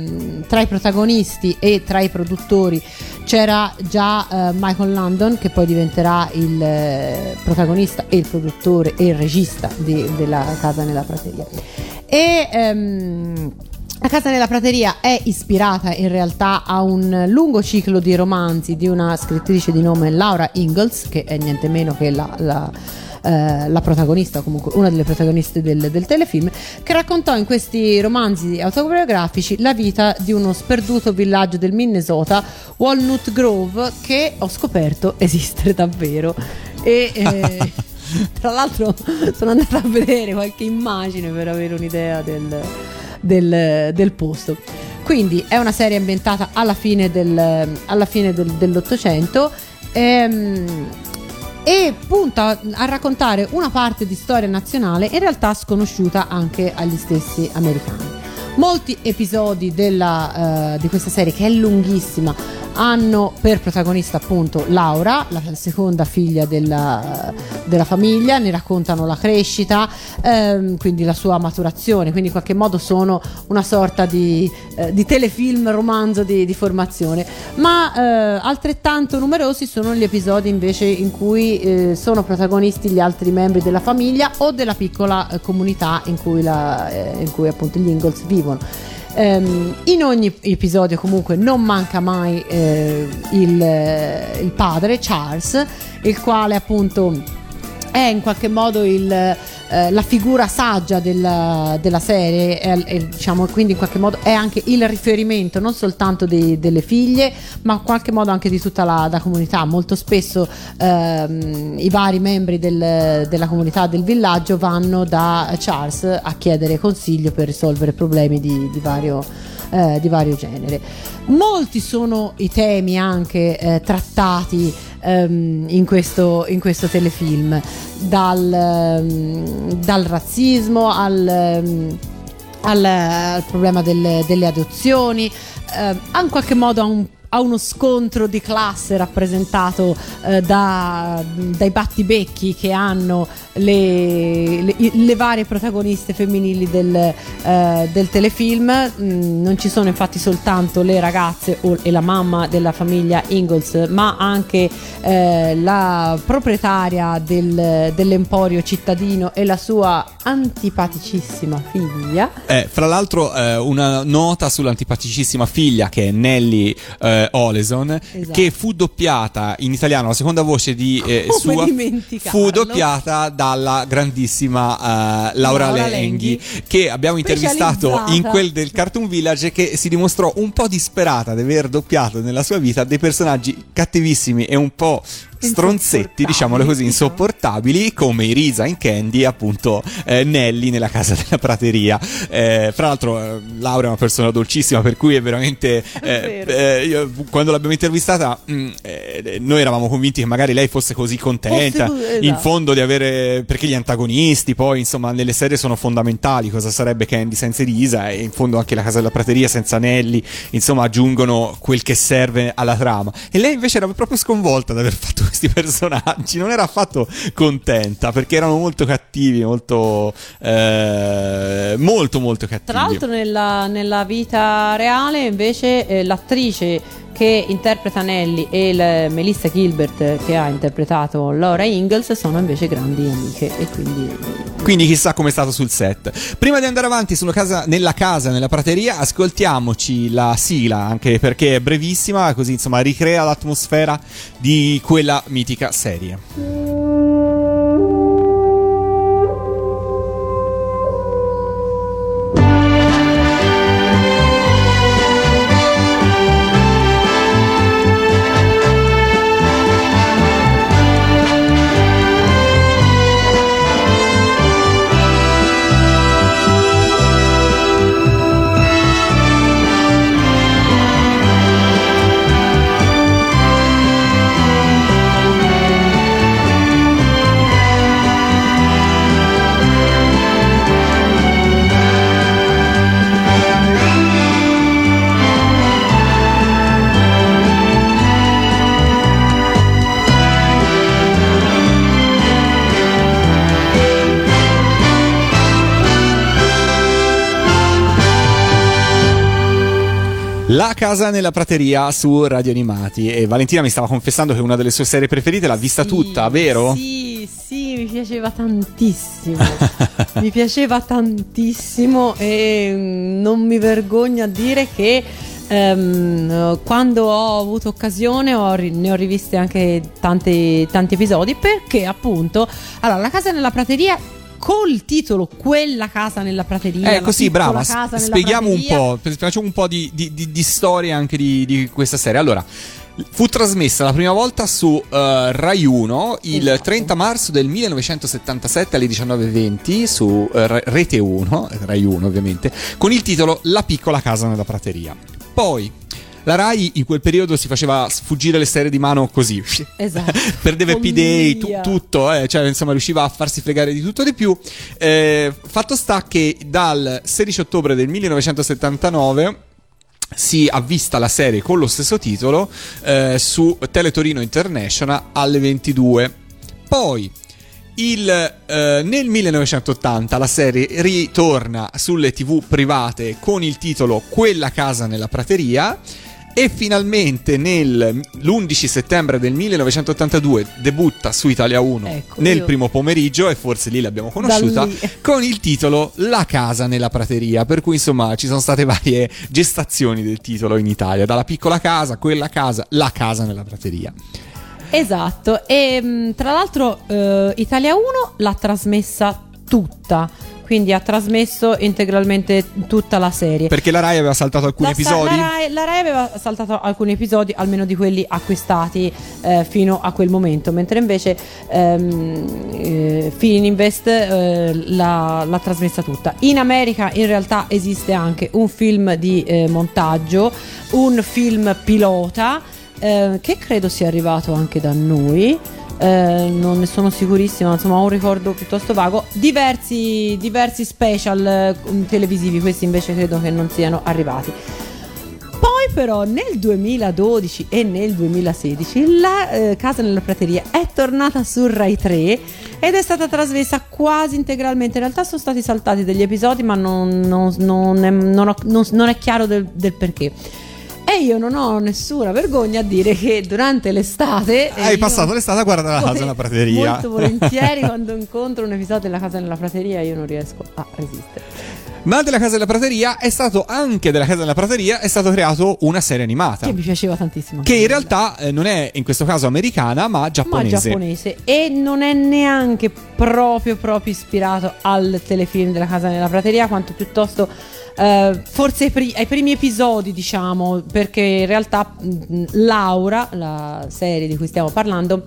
Speaker 5: i protagonisti e tra i produttori c'era già Michael Landon, che poi diventerà il protagonista e il produttore e il regista della casa nella prateria. E La casa nella prateria è ispirata in realtà a un lungo ciclo di romanzi di una scrittrice di nome Laura Ingalls, che è niente meno che la protagonista, o comunque una delle protagoniste del telefilm, che raccontò in questi romanzi autobiografici la vita di uno sperduto villaggio del Minnesota, Walnut Grove, che ho scoperto esistere davvero. E tra l'altro sono andata a vedere qualche immagine per avere un'idea del posto. Quindi è una serie ambientata alla fine dell'Ottocento e punta a raccontare una parte di storia nazionale in realtà sconosciuta anche agli stessi americani. Molti episodi di questa serie, che è lunghissima, hanno per protagonista appunto Laura, la seconda figlia della famiglia. Ne raccontano la crescita, quindi la sua maturazione, quindi in qualche modo sono una sorta di telefilm romanzo di formazione. Ma altrettanto numerosi sono gli episodi invece in cui sono protagonisti gli altri membri della famiglia o della piccola comunità in cui appunto gli Ingalls vivono. In ogni episodio comunque non manca mai il padre Charles, il quale appunto è in qualche modo la figura saggia della serie, diciamo, quindi in qualche modo è anche il riferimento non soltanto delle figlie, ma in qualche modo anche di tutta la comunità. Molto spesso i vari membri della comunità del villaggio vanno da Charles a chiedere consiglio per risolvere problemi di vario genere. Molti sono i temi anche trattati in questo telefilm, dal razzismo al problema delle adozioni, in qualche modo a uno scontro di classe rappresentato dai battibecchi che hanno le varie protagoniste femminili del telefilm. Non ci sono infatti soltanto le ragazze e la mamma della famiglia Ingalls, ma anche la proprietaria dell'emporio cittadino e la sua antipaticissima figlia.
Speaker 4: Fra l'altro una nota sull'antipaticissima figlia, che è Nellie Oleson,
Speaker 5: Esatto.
Speaker 4: che fu doppiata in italiano, la seconda voce di sua fu doppiata dalla grandissima Laura Lenghi, che abbiamo intervistato in quel del Cartoon Village, che si dimostrò un po' disperata di aver doppiato nella sua vita dei personaggi cattivissimi e un po' stronzetti, diciamolo così, insopportabili, come i Risa in Candy, appunto Nelly nella Casa della Prateria. Fra l'altro Laura è una persona dolcissima, per cui è veramente io, quando l'abbiamo intervistata noi eravamo convinti che magari lei fosse così contenta in fondo di avere, perché gli antagonisti poi insomma nelle serie sono fondamentali, cosa sarebbe Candy senza Risa, e in fondo anche la Casa della Prateria senza Nelly, insomma aggiungono quel che serve alla trama, e lei invece era proprio sconvolta di aver fatto questi personaggi, non era affatto contenta perché erano molto cattivi, molto cattivi.
Speaker 5: Tra l'altro nella vita reale invece l'attrice che interpreta Nelly e Melissa Gilbert, che ha interpretato Laura Ingalls, sono invece grandi amiche, e quindi
Speaker 4: chissà com'è stato sul set. Prima di andare avanti nella casa nella prateria, ascoltiamoci la sigla, anche perché è brevissima, così insomma ricrea l'atmosfera di quella mitica serie. La casa nella prateria su Radio Animati, e Valentina mi stava confessando che una delle sue serie preferite l'ha vista tutta, vero?
Speaker 5: Sì, mi piaceva tantissimo. Mi piaceva tantissimo, e non mi vergogno a dire che quando ho avuto occasione ne ho riviste anche tanti episodi, perché appunto la casa nella prateria, col titolo Quella casa nella prateria,
Speaker 4: così, brava, spieghiamo un po', facciamo un po' di storia anche di questa serie. Allora, fu trasmessa la prima volta su Rai 1 il 30 marzo del 1977 alle 19:20 su Rete 1, Rai 1 ovviamente, con il titolo La piccola casa nella prateria. Poi la Rai in quel periodo si faceva sfuggire le serie di mano così,
Speaker 5: esatto.
Speaker 4: Perdeva Happy Day, tutto, cioè insomma riusciva a farsi fregare di tutto e di più. Fatto sta che dal 16 ottobre del 1979 si avvista la serie con lo stesso titolo su Teletorino International alle 22. Poi nel 1980 la serie ritorna sulle TV private con il titolo Quella casa nella prateria, e finalmente l'11 settembre del 1982 debutta su Italia 1 nel primo pomeriggio, e forse lì l'abbiamo conosciuta con il titolo La casa nella prateria, per cui insomma ci sono state varie gestazioni del titolo in Italia, dalla piccola casa, Quella casa, La casa nella prateria.
Speaker 5: Esatto, e tra l'altro Italia 1 l'ha trasmessa tutta, quindi ha trasmesso integralmente tutta la serie.
Speaker 4: Perché la Rai aveva saltato alcuni episodi?
Speaker 5: La Rai aveva saltato alcuni episodi, almeno di quelli acquistati fino a quel momento, mentre invece Fininvest l'ha trasmessa tutta. In America in realtà esiste anche un film di montaggio, un film pilota, che credo sia arrivato anche da noi. Non ne sono sicurissima, insomma ho un ricordo piuttosto vago. Diversi special televisivi, questi invece credo che non siano arrivati. Poi però nel 2012 e nel 2016 la casa nella prateria è tornata su Rai 3 ed è stata trasmessa quasi integralmente. In realtà sono stati saltati degli episodi, ma non è chiaro del perché. E io non ho nessuna vergogna a dire che durante l'estate
Speaker 4: hai passato l'estate a guardare La casa nella prateria.
Speaker 5: Molto volentieri quando incontro un episodio della casa nella prateria io non riesco a resistere.
Speaker 4: Ma della casa della prateria è stato creato una serie animata
Speaker 5: che mi piaceva tantissimo,
Speaker 4: che in realtà non è in questo caso americana ma giapponese.
Speaker 5: E non è neanche proprio ispirato al telefilm della casa nella prateria, quanto piuttosto forse ai primi episodi, diciamo, perché in realtà Laura, la serie di cui stiamo parlando,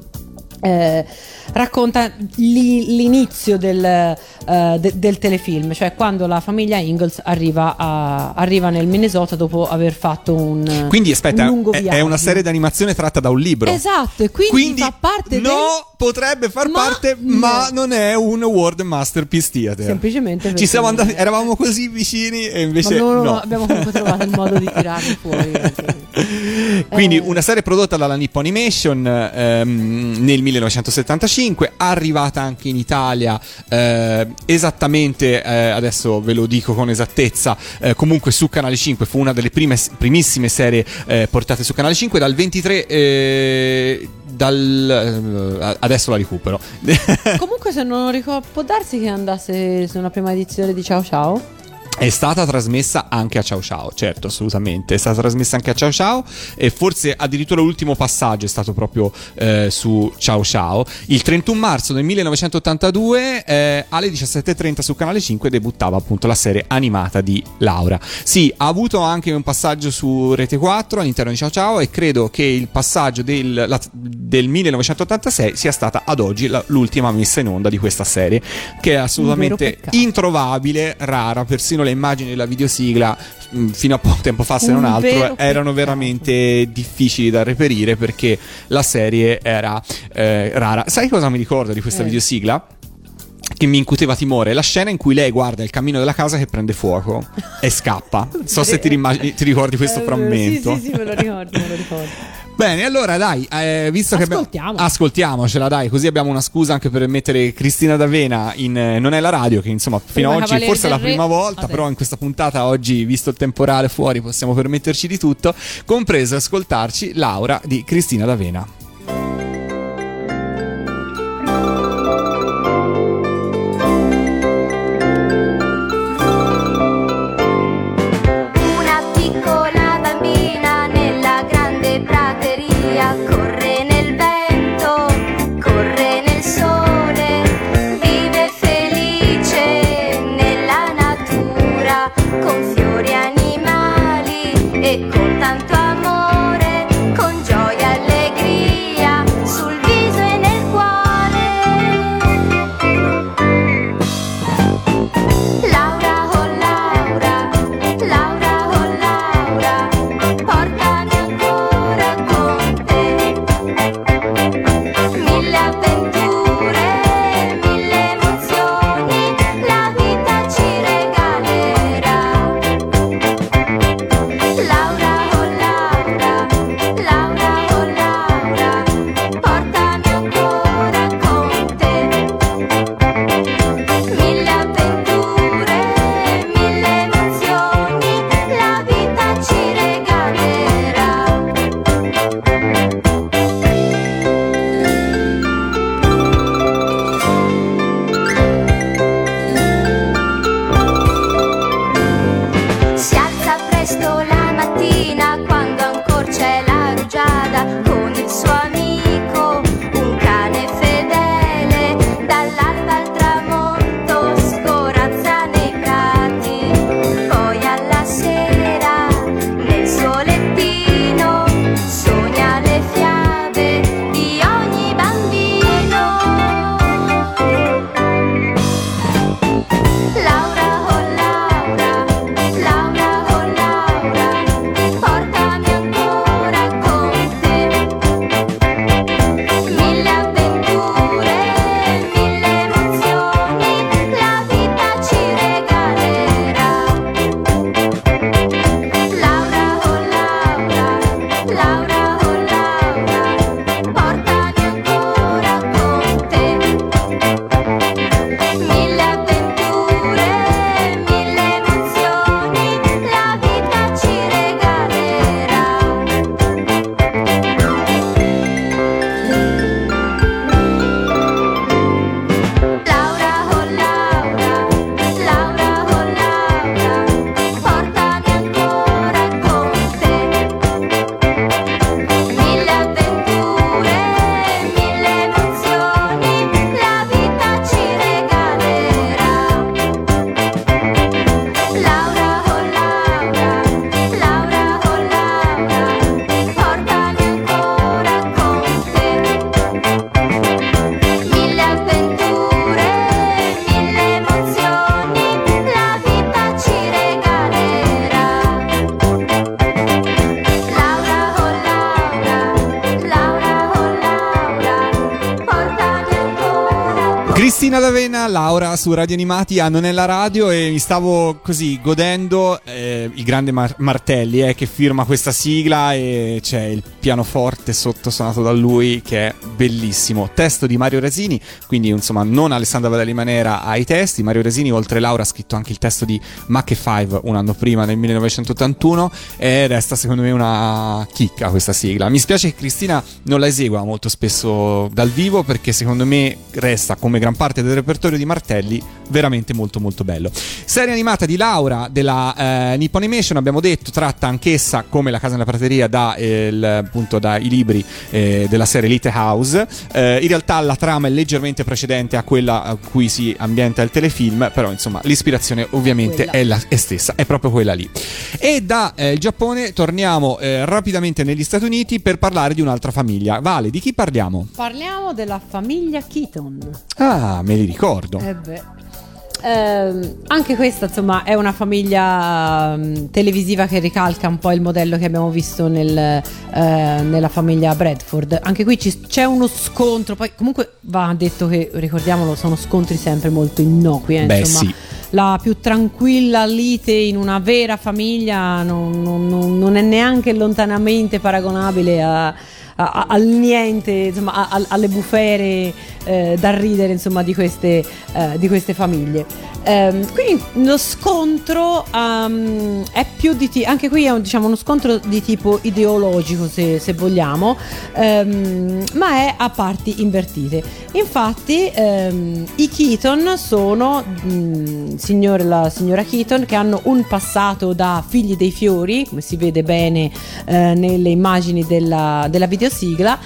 Speaker 5: racconta l'inizio del telefilm, cioè quando la famiglia Ingalls arriva nel Minnesota dopo aver fatto un lungo viaggio.
Speaker 4: È una serie d'animazione tratta da un libro.
Speaker 5: Esatto, e quindi fa parte
Speaker 4: potrebbe far parte, ma non è un World Masterpiece Theater.
Speaker 5: Semplicemente
Speaker 4: ci siamo andati, eravamo così vicini e invece no.
Speaker 5: Abbiamo comunque trovato il modo di tirarli fuori.
Speaker 4: Quindi una serie prodotta dalla Nippon Animation nel 1975, arrivata anche in Italia esattamente, adesso ve lo dico con esattezza, comunque su Canale 5, fu una delle primissime serie portate su Canale 5 dal 23 adesso la recupero.
Speaker 5: Comunque se non ricordo, può darsi che andasse su una prima edizione di Ciao Ciao?
Speaker 4: È stata trasmessa anche a Ciao Ciao, certo, assolutamente. È stata trasmessa anche a Ciao Ciao e forse addirittura l'ultimo passaggio è stato proprio su Ciao Ciao. Il 31 marzo del 1982 alle 17:30 su Canale 5 debuttava appunto la serie animata di Laura. Sì, ha avuto anche un passaggio su Rete 4 all'interno di Ciao Ciao e credo che il passaggio del 1986 sia stata ad oggi l'ultima messa in onda di questa serie, che è assolutamente introvabile, rara, persino le immagini della videosigla fino a poco tempo fa, se non altro, erano veramente difficili da reperire perché la serie era rara. Sai cosa mi ricordo di questa videosigla? Che mi incuteva timore, la scena in cui lei guarda il camino della casa che prende fuoco e scappa. Non so se ti ricordi questo frammento.
Speaker 5: Sì, me lo ricordo.
Speaker 4: Bene, allora dai, visto che ascoltiamocela, dai, così abbiamo una scusa anche per mettere Cristina D'Avena in Non è la radio, che insomma fino ad oggi forse è la prima volta, adesso. Però in questa puntata oggi, visto il temporale fuori, possiamo permetterci di tutto, compreso ascoltarci Laura di Cristina D'Avena.
Speaker 3: Corre nel vento, corre nel sole, vive felice nella natura, con fiori, animali e con tanto amore, con gioia e allegria.
Speaker 4: Cristina D'Avena, Laura su Radio Animati a Non è la radio, e mi stavo così godendo il grande Martelli che firma questa sigla, e c'è il pianoforte sotto suonato da lui che è bellissimo. Testo di Mario Resini, quindi insomma non Alessandra Valli Manera ai testi. Mario Resini, oltre Laura, ha scritto anche il testo di Mac e Five un anno prima, nel 1981, e resta secondo me una chicca questa sigla. Mi spiace che Cristina non la esegua molto spesso dal vivo, perché secondo me resta, come gran parte del repertorio di Martelli, veramente molto molto bello. Serie animata di Laura della Nippon Animation, abbiamo detto, tratta anch'essa, come La casa nella prateria, appunto dai libri della serie Little House. In realtà la trama è leggermente precedente a quella a cui si ambienta il telefilm, però insomma l'ispirazione ovviamente è stessa, è proprio quella lì. E da il Giappone torniamo rapidamente negli Stati Uniti per parlare di un'altra famiglia. Vale, di chi parliamo?
Speaker 5: Parliamo della famiglia Keaton.
Speaker 4: Ah, me li ricordo.
Speaker 5: Anche questa insomma è una famiglia televisiva che ricalca un po' il modello che abbiamo visto nella famiglia Bradford. Anche qui c'è uno scontro, poi comunque va detto che, ricordiamolo, sono scontri sempre molto innocui, insomma. Sì. La più tranquilla lite in una vera famiglia non è neanche lontanamente paragonabile al niente, insomma, alle bufere da ridere, insomma, di queste famiglie. Quindi lo scontro è più anche qui è diciamo uno scontro di tipo ideologico, se vogliamo, ma è a parti invertite. Infatti i Keaton sono la signora Keaton, che hanno un passato da figli dei fiori, come si vede bene nelle immagini della videosigla,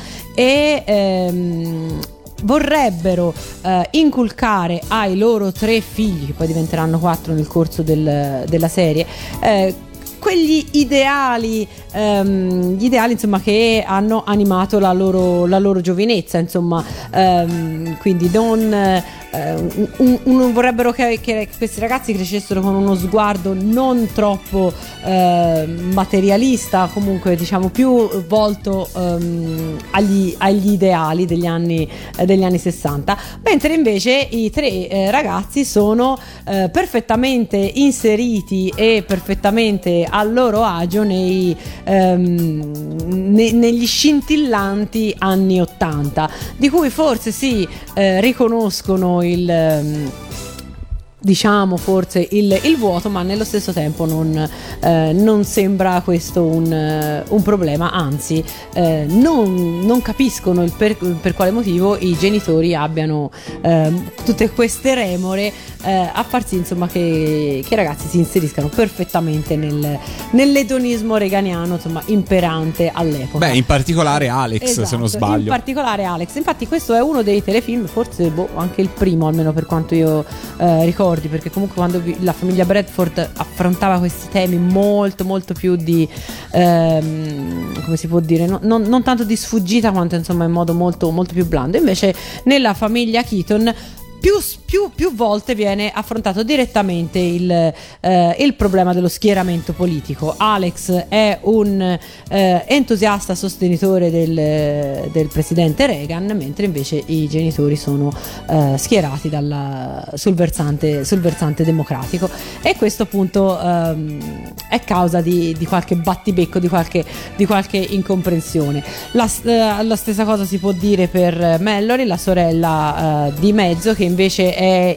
Speaker 5: e vorrebbero inculcare ai loro 3 figli, che poi diventeranno 4 nel corso della serie, quegli ideali, gli ideali insomma che hanno animato la loro giovinezza, insomma, quindi vorrebbero che questi ragazzi crescessero con uno sguardo non troppo materialista, comunque diciamo più volto agli ideali degli anni 60, mentre invece i 3 ragazzi sono perfettamente inseriti e perfettamente a loro agio negli scintillanti anni 80, di cui forse si riconoscono diciamo forse il vuoto, ma nello stesso tempo non sembra questo un problema, anzi non capiscono per quale motivo i genitori abbiano tutte queste remore a far sì, insomma, che i ragazzi si inseriscano perfettamente nell'edonismo reganiano, insomma, imperante all'epoca.
Speaker 4: Beh, in particolare Alex, esatto, se non sbaglio.
Speaker 5: In particolare Alex, infatti questo è uno dei telefilm, forse anche il primo, almeno per quanto io ricordi, perché comunque quando la famiglia Bradford affrontava questi temi molto molto più di come si può dire, non tanto di sfuggita quanto insomma in modo molto molto più blando. Invece nella famiglia Keaton più volte viene affrontato direttamente il problema dello schieramento politico. Alex è un entusiasta sostenitore del presidente Reagan, mentre invece i genitori sono schierati sul versante democratico, e questo appunto è causa di qualche battibecco, di qualche incomprensione. La stessa cosa si può dire per Mallory, la sorella di mezzo, che invece è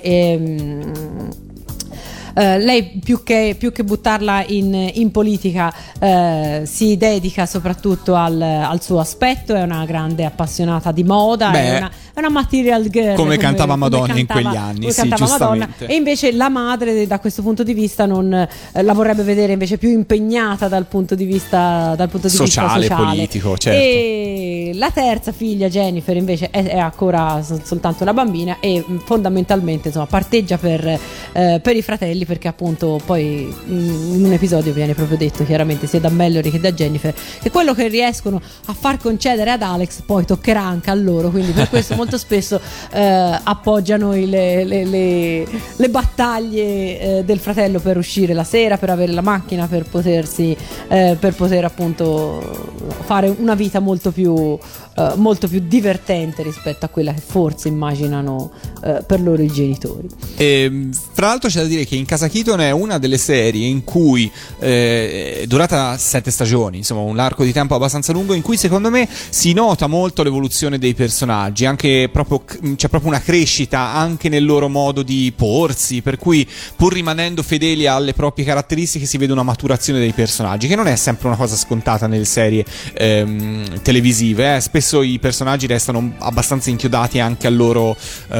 Speaker 5: lei più che buttarla in politica si dedica soprattutto al suo aspetto, è una grande appassionata di moda. Beh, è una material girl, come cantava Madonna in quegli anni, sì, giustamente. E invece la madre da questo punto di vista la vorrebbe vedere invece più impegnata dal punto di vista sociale, politico, certo. E la terza figlia, Jennifer, invece è ancora soltanto una bambina e fondamentalmente insomma parteggia per i fratelli, perché appunto poi in un episodio viene proprio detto chiaramente sia da Mallory che da Jennifer che quello che riescono a far concedere ad Alex poi toccherà anche a loro, quindi per questo molto spesso appoggiano le battaglie del fratello per uscire la sera, per avere la macchina, per poter appunto fare una vita molto più divertente rispetto a quella che forse immaginano per loro i genitori.
Speaker 4: Fra l'altro c'è da dire che In Casa Keaton è una delle serie in cui durata 7 stagioni, insomma un arco di tempo abbastanza lungo, in cui secondo me si nota molto l'evoluzione dei personaggi, anche proprio c'è proprio una crescita anche nel loro modo di porsi, per cui pur rimanendo fedeli alle proprie caratteristiche si vede una maturazione dei personaggi, che non è sempre una cosa scontata nelle serie televisive. Spesso i personaggi restano abbastanza inchiodati anche ai loro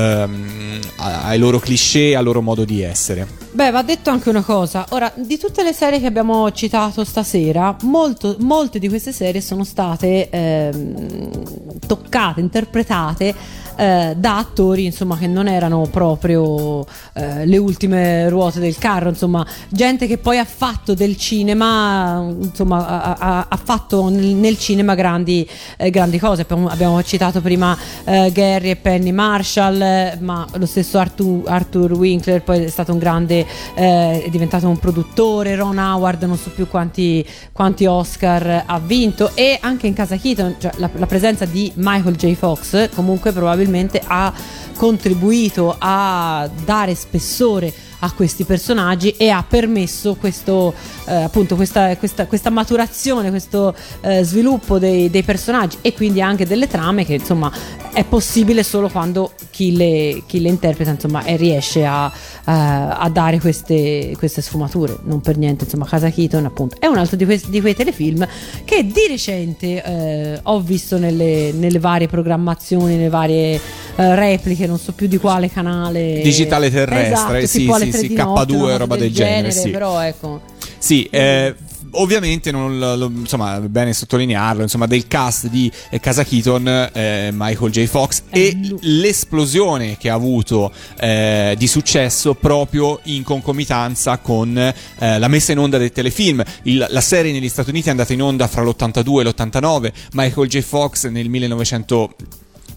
Speaker 4: cliché, al loro modo di essere.
Speaker 5: Beh, va detto anche una cosa. Ora, di tutte le serie che abbiamo citato stasera, molte di queste serie sono state toccate, interpretate da attori, insomma, che non erano proprio le ultime ruote del carro, insomma, gente che poi ha fatto del cinema, insomma, ha fatto nel cinema grandi cose. Abbiamo citato prima Gary e Penny Marshall, ma lo stesso Arthur Winkler poi è stato un grande, è diventato un produttore. Ron Howard non so più quanti Oscar ha vinto, e anche In Casa Keaton, cioè la presenza di Michael J. Fox comunque probabilmente ha contribuito a dare spessore a questi personaggi e ha permesso questo appunto questa maturazione, questo sviluppo dei personaggi, e quindi anche delle trame, che insomma è possibile solo quando chi le interpreta, insomma, riesce a dare queste sfumature. Non per niente, insomma, Casa Keaton appunto è un altro di quei telefilm che di recente ho visto nelle varie programmazioni, nelle varie repliche, non so più di quale canale
Speaker 4: digitale terrestre,
Speaker 5: esatto,
Speaker 4: sì, K2, roba del genere, sì.
Speaker 5: Però ecco,
Speaker 4: sì, ovviamente insomma, è bene sottolinearlo, insomma, del cast di Casa Keaton, Michael J. Fox, e l'esplosione che ha avuto di successo proprio in concomitanza con la messa in onda del telefilm. La serie negli Stati Uniti è andata in onda fra l'82 e l'89. Michael J. Fox nel 1980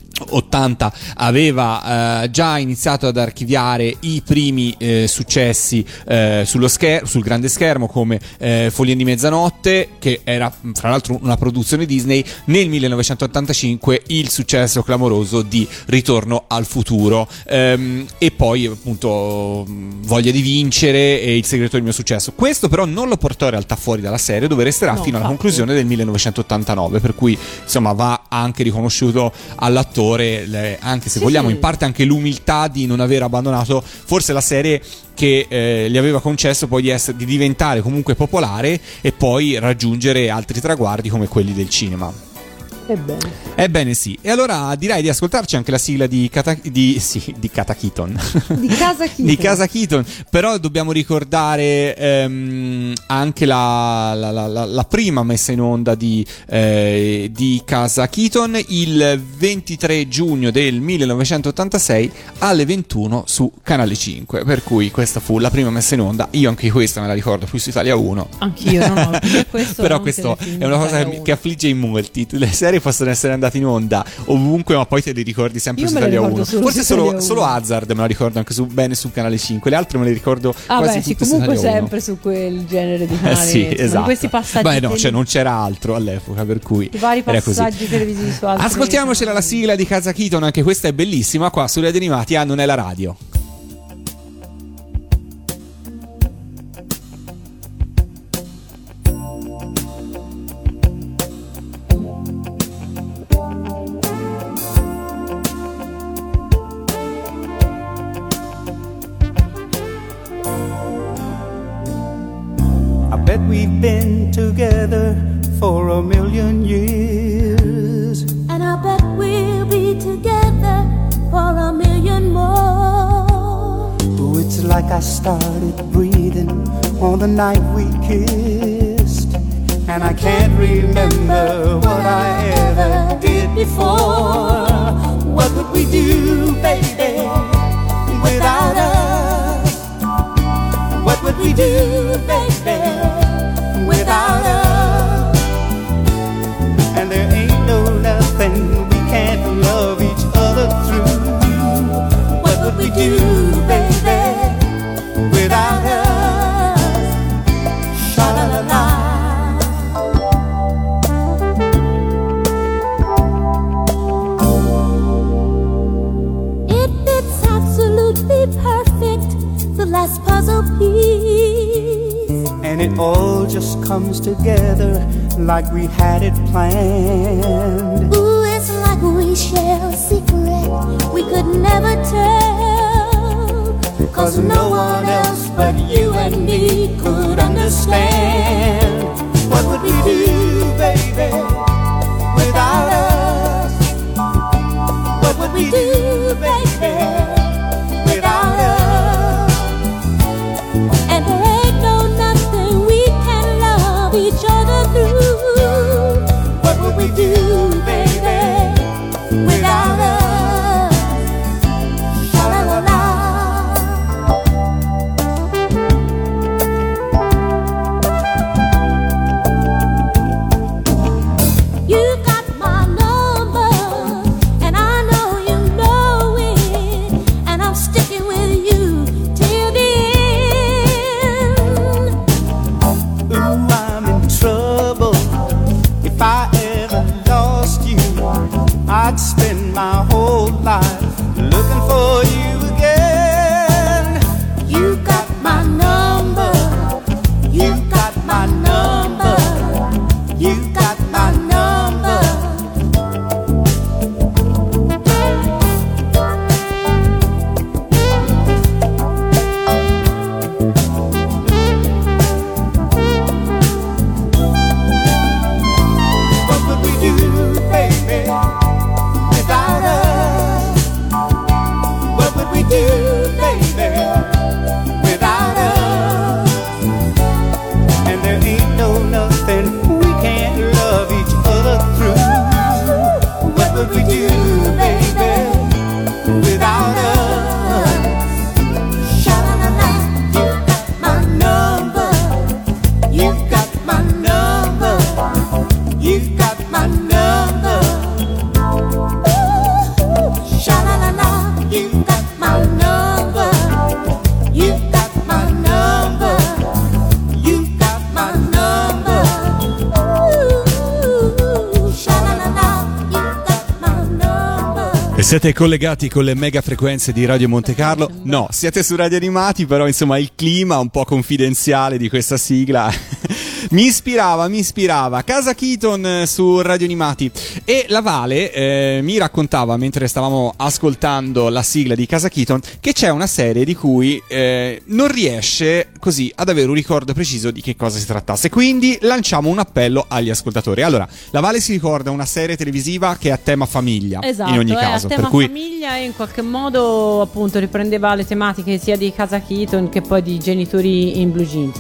Speaker 4: aveva già iniziato ad archiviare i primi successi sul grande schermo, come Follie di mezzanotte, che era fra l'altro una produzione Disney. Nel 1985 il successo clamoroso di Ritorno al futuro, e poi appunto Voglia di vincere e Il segreto del mio successo. Questo però non lo portò in realtà fuori dalla serie, dove resterà fino alla conclusione del 1989, per cui insomma va anche riconosciuto all'attore, anche se vogliamo, in parte anche l'umiltà di non aver abbandonato forse la serie che gli aveva concesso poi di diventare comunque popolare e poi raggiungere altri traguardi come quelli del cinema. Ebbene sì. E allora direi di ascoltarci anche la sigla di Casa Keaton. Di Casa Keaton. Però dobbiamo ricordare anche la prima messa in onda di Casa Keaton, il 23 giugno del 1986 alle 21 su Canale 5. Per cui questa fu la prima messa in onda. Io anche questa me la ricordo più su Italia 1.
Speaker 5: Anch'io, no, questo
Speaker 4: però questo è una cosa che affligge in molti. Le serie possono essere andate in onda ovunque, ma poi te li ricordi sempre su Italia 1. Forse solo Hazard me la ricordo anche bene su Canale 5. Le altre me le ricordo quasi tutte su Italia 1.
Speaker 5: Comunque sempre su quel genere di canali.
Speaker 4: Sì, esatto.
Speaker 5: Questi passaggi.
Speaker 4: Beh, no, cioè non c'era altro all'epoca, per cui
Speaker 5: i vari passaggi televisivi su altri.
Speaker 4: Ascoltiamocela la sigla di Casa Keaton, anche questa è bellissima, qua su Radio Animati a Non è la radio.
Speaker 6: Bet we've been together for a million years,
Speaker 3: and I bet we'll be together for a million more.
Speaker 6: Oh, it's like I started breathing on the night we kissed, and I can't remember what I ever did before. What would we do, baby, without us? What would we do, baby, without us? And there ain't no nothing we can't love each other
Speaker 3: last puzzle piece.
Speaker 6: And it all just comes together like we had it planned.
Speaker 3: Ooh, it's like we share a secret we could never tell. 'Cause no one else but you and me could understand. What would we do, baby, without us? What would we do, baby, without us? And there ain't no nothing we can love each other through. What would we do, baby, without us? Sha-la-la-la. You got my number, and I know you know it, and I'm sticking with you till the end.
Speaker 6: Ooh, I'm in trouble. If I ever lost you, I'd spend my whole life looking for you again.
Speaker 3: You got my number, you got my number, you got my number.
Speaker 6: What would we do, baby, without us? What would we do, baby, without us? And there ain't no nothing we can't love each other through. What would we do, baby, without us?
Speaker 3: Sha-la-la-la. You got my number,
Speaker 6: You got my number. You got my number.
Speaker 3: ooh, sha-la-la-la. You got my number,
Speaker 6: You got my number. You got my number.
Speaker 3: ooh, sha-la-la-la. You got my number.
Speaker 4: E siete collegati con le mega frequenze di Radio Monte Carlo? No, siete su Radio Animati, però insomma il clima un po' confidenziale di questa sigla mi ispirava. Casa Keaton su Radio Animati. E la Vale mi raccontava, mentre stavamo ascoltando la sigla di Casa Keaton, che c'è una serie di cui non riesce così ad avere un ricordo preciso di che cosa si trattasse. Quindi lanciamo un appello agli ascoltatori. Allora, la Vale si ricorda una serie televisiva che è a tema famiglia,
Speaker 5: Esatto,
Speaker 4: in ogni
Speaker 5: è
Speaker 4: caso,
Speaker 5: a tema
Speaker 4: per cui
Speaker 5: famiglia, e in qualche modo appunto riprendeva le tematiche sia di Casa Keaton che poi di Genitori in Blue Jeans.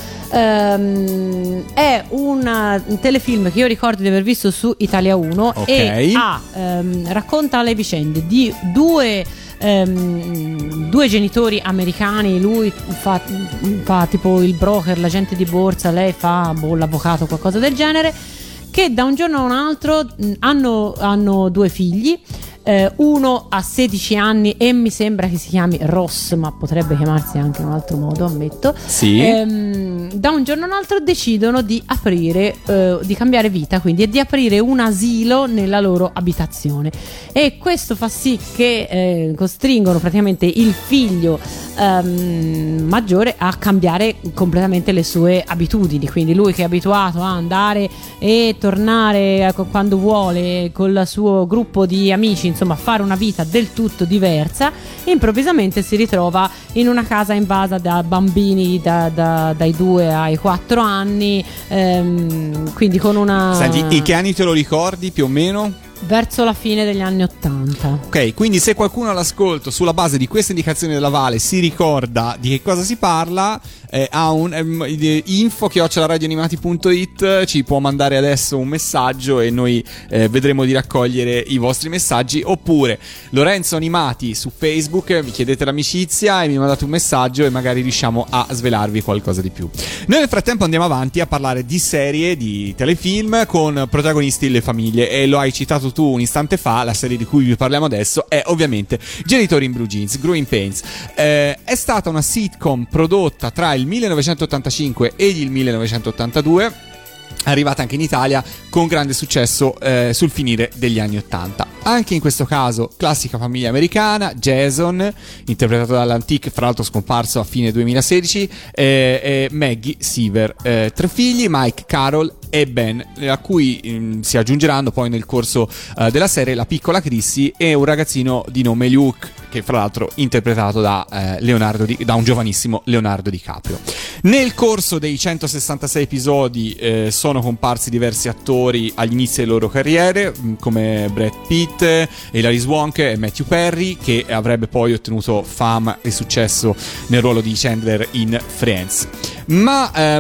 Speaker 5: È un telefilm che io ricordo di aver visto su Italia 1,
Speaker 4: Ok.
Speaker 5: e racconta le vicende di due genitori americani. Lui fa tipo il broker, l'agente di borsa, lei fa l'avvocato, qualcosa del genere, che da un giorno a un altro hanno due figli. Uno ha 16 anni e mi sembra che si chiami Ross, ma potrebbe chiamarsi anche in un altro modo, ammetto.
Speaker 4: Sì.
Speaker 5: Da un giorno all'altro decidono di aprire, di cambiare vita, quindi, e di aprire un asilo nella loro abitazione. E questo fa sì che costringono praticamente il figlio maggiore a cambiare completamente le sue abitudini. Quindi lui, che è abituato a andare e tornare quando vuole con il suo gruppo di amici, insomma fare una vita del tutto diversa, improvvisamente si ritrova in una casa invasa da bambini dai 2 ai 4 anni, quindi con una...
Speaker 4: Senti, in che anni te lo ricordi più o meno?
Speaker 5: Verso la fine degli anni 80.
Speaker 4: Ok, quindi se qualcuno all'ascolto sulla base di queste indicazioni della Vale si ricorda di che cosa si parla, ha un info@radioanimati.it, ci può mandare adesso un messaggio e noi vedremo di raccogliere i vostri messaggi. Oppure Lorenzo Animati su Facebook, mi chiedete l'amicizia e mi mandate un messaggio e magari riusciamo a svelarvi qualcosa di più. Noi nel frattempo andiamo avanti a parlare di serie, di telefilm con protagonisti le famiglie, e lo hai citato tu un istante fa. La serie di cui vi parliamo adesso è ovviamente Genitori in Blue Jeans, Growing Pains. È stata una sitcom prodotta tra il 1985 e il 1982. arrivata anche in Italia con grande successo sul finire degli anni 80. Anche in questo caso classica famiglia americana, Jason interpretato dall'Antique, fra l'altro scomparso a fine 2016, e Maggie Seaver, 3 figli, Mike, Carol e Ben, a cui si aggiungeranno poi nel corso della serie la piccola Chrissy e un ragazzino di nome Luke, che fra l'altro interpretato da un giovanissimo Leonardo DiCaprio. Nel corso dei 166 episodi sono comparsi diversi attori agli inizi delle loro carriere, come Brad Pitt, Hilary Swank e Matthew Perry, che avrebbe poi ottenuto fama e successo nel ruolo di Chandler in Friends. Ma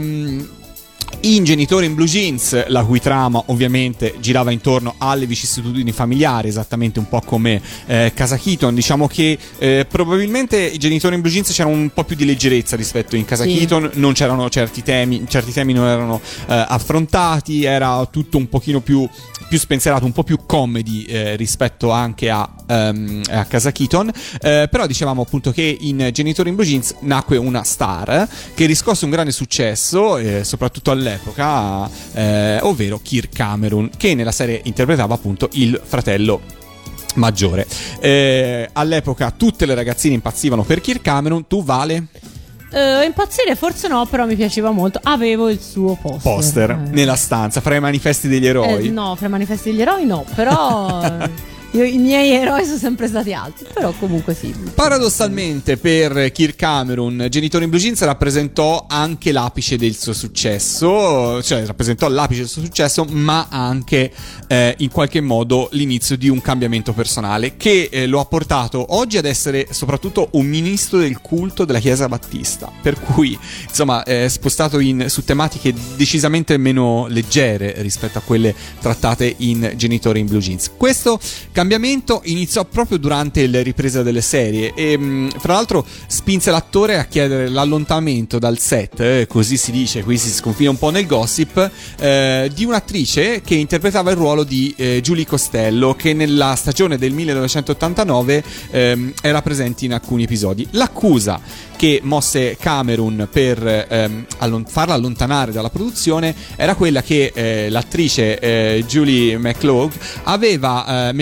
Speaker 4: in Genitori in Blue Jeans, la cui trama ovviamente girava intorno alle vicissitudini familiari, esattamente un po' come Casa Keaton, diciamo che probabilmente i Genitori in Blue Jeans c'era un po' più di leggerezza rispetto in Casa Keaton, non c'erano certi temi non erano affrontati, era tutto un pochino più spensierato, un po' più comedy rispetto anche a Casa Keaton, però dicevamo appunto che in Genitori in Blue Jeans nacque una star che riscosse un grande successo, soprattutto all'epoca, ovvero Kirk Cameron, che nella serie interpretava appunto il fratello maggiore. All'epoca tutte le ragazzine impazzivano per Kirk Cameron. Tu, Vale?
Speaker 5: Impazzire forse no, però mi piaceva molto. Avevo il suo poster
Speaker 4: nella stanza fra i manifesti degli eroi.
Speaker 5: No, fra i manifesti degli eroi no, però i miei eroi sono sempre stati altri, però comunque sì.
Speaker 4: Paradossalmente per Kirk Cameron Genitori in Blue Jeans rappresentò anche l'apice del suo successo, cioè rappresentò l'apice del suo successo, ma anche in qualche modo l'inizio di un cambiamento personale che lo ha portato oggi ad essere soprattutto un ministro del culto della Chiesa Battista, per cui insomma è spostato su tematiche decisamente meno leggere rispetto a quelle trattate in Genitori in Blue Jeans. Questo cambiamento iniziò proprio durante le riprese delle serie e fra l'altro spinse l'attore a chiedere l'allontanamento dal set, così si dice, qui si sconfina un po' nel gossip, di un'attrice che interpretava il ruolo di Julie Costello, che nella stagione del 1989 era presente in alcuni episodi. L'accusa che mosse Cameron per farla allontanare dalla produzione era quella che l'attrice Julie McCallum aveva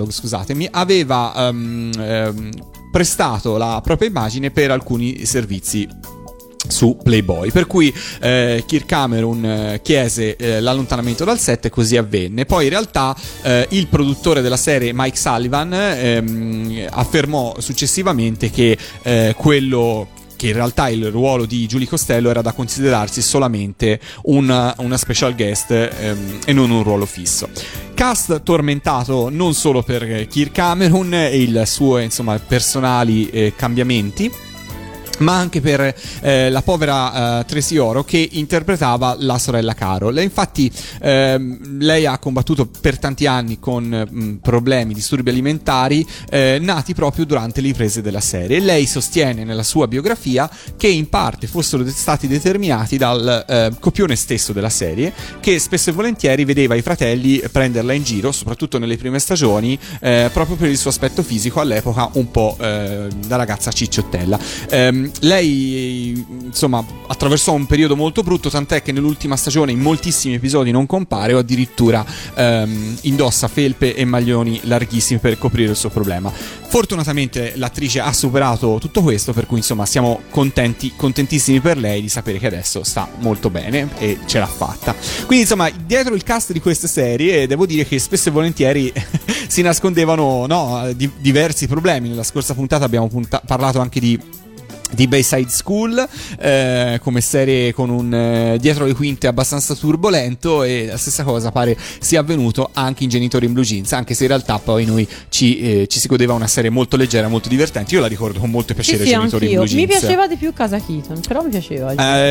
Speaker 4: prestato la propria immagine per alcuni servizi su Playboy, per cui Kirk Cameron chiese l'allontanamento dal set e così avvenne. Poi in realtà il produttore della serie, Mike Sullivan, affermò successivamente che quello che in realtà il ruolo di Julie Costello era da considerarsi solamente una special guest e non un ruolo fisso. Cast tormentato non solo per Kirk Cameron e il suo personali cambiamenti, ma anche per la povera Tracy Oro, che interpretava la sorella Carol. Infatti lei ha combattuto per tanti anni con problemi, disturbi alimentari nati proprio durante le riprese della serie. Lei sostiene nella sua biografia che in parte fossero stati determinati dal copione stesso della serie, che spesso e volentieri vedeva i fratelli prenderla in giro, soprattutto nelle prime stagioni, proprio per il suo aspetto fisico all'epoca un po' da ragazza cicciottella. Lei attraversò un periodo molto brutto, tant'è che nell'ultima stagione in moltissimi episodi non compare o addirittura indossa felpe e maglioni larghissimi per coprire il suo problema. Fortunatamente l'attrice ha superato tutto questo, per cui siamo contentissimi per lei di sapere che adesso sta molto bene e ce l'ha fatta. Quindi dietro il cast di queste serie devo dire che spesso e volentieri si nascondevano diversi problemi. Nella scorsa puntata abbiamo parlato anche di Bayside School come serie con un dietro le quinte abbastanza turbolento, e la stessa cosa pare sia avvenuto anche in Genitori in Blue Jeans, anche se in realtà poi noi ci si godeva una serie molto leggera, molto divertente. Io la ricordo con molto piacere. Genitori in Blue Jeans.
Speaker 5: Mi piaceva di più Casa Keaton, però mi piaceva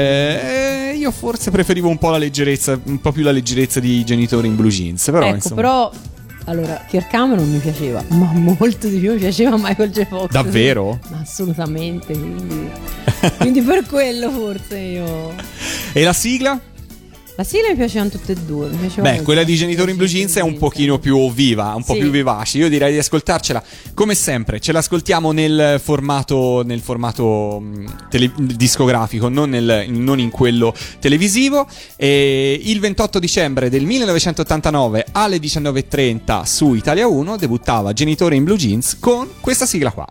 Speaker 4: io forse preferivo un po' la leggerezza, un po' più la leggerezza di Genitori in Blue Jeans, però
Speaker 5: però allora, Kirk Cameron mi piaceva, ma molto di più mi piaceva Michael J. Fox.
Speaker 4: Davvero?
Speaker 5: Ma assolutamente, quindi per quello forse io.
Speaker 4: E la sigla?
Speaker 5: La sigla mi piacevano tutte e due. Mi piaceva molto.
Speaker 4: Quella di Genitori in Blue Jeans è un pochino più viva, un po' più vivace. Io direi di ascoltarcela come sempre. Ce l'ascoltiamo nel formato discografico, non in quello televisivo. E il 28 dicembre del 1989 alle 19:30 su Italia 1 debuttava Genitori in Blue Jeans con questa sigla qua.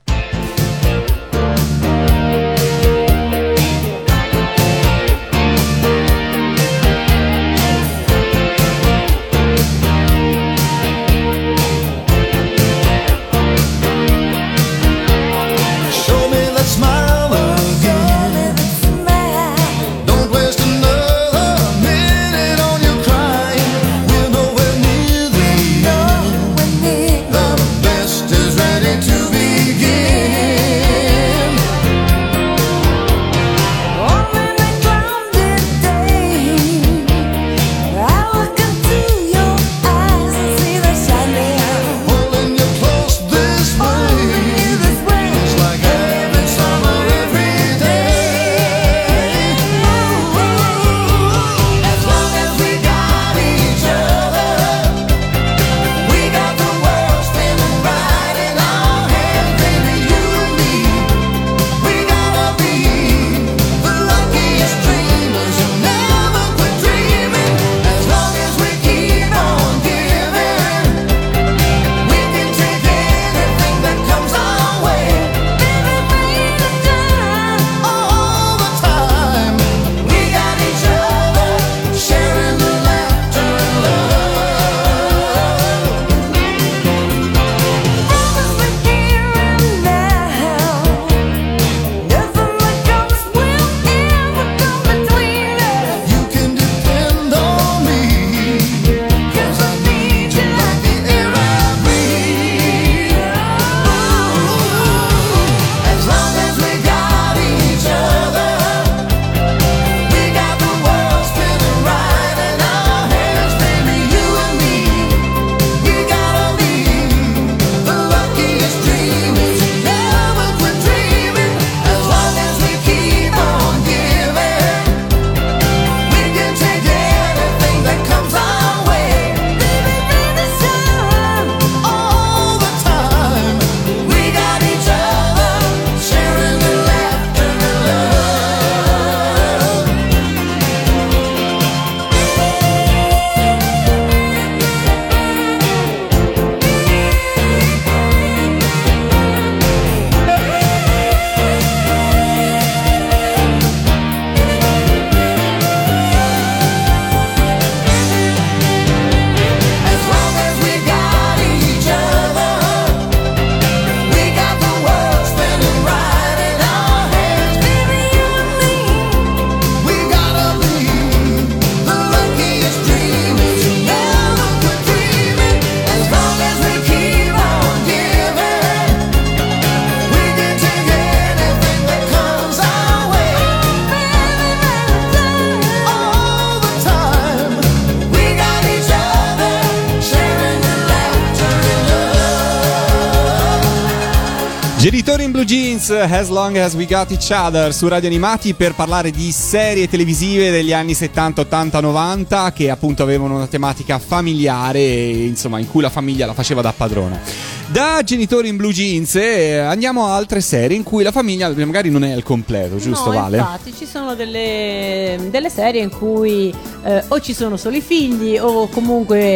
Speaker 4: Genitori in Blue Jeans, As Long As We Got Each Other su Radio Animati, per parlare di serie televisive degli anni 70, 80, 90 che appunto avevano una tematica familiare, insomma, in cui la famiglia la faceva da padrona. Da Genitori in Blue Jeans andiamo a altre serie in cui la famiglia magari non è al completo, giusto,
Speaker 5: no,
Speaker 4: Vale?
Speaker 5: Infatti ci sono delle serie in cui o ci sono solo i figli o comunque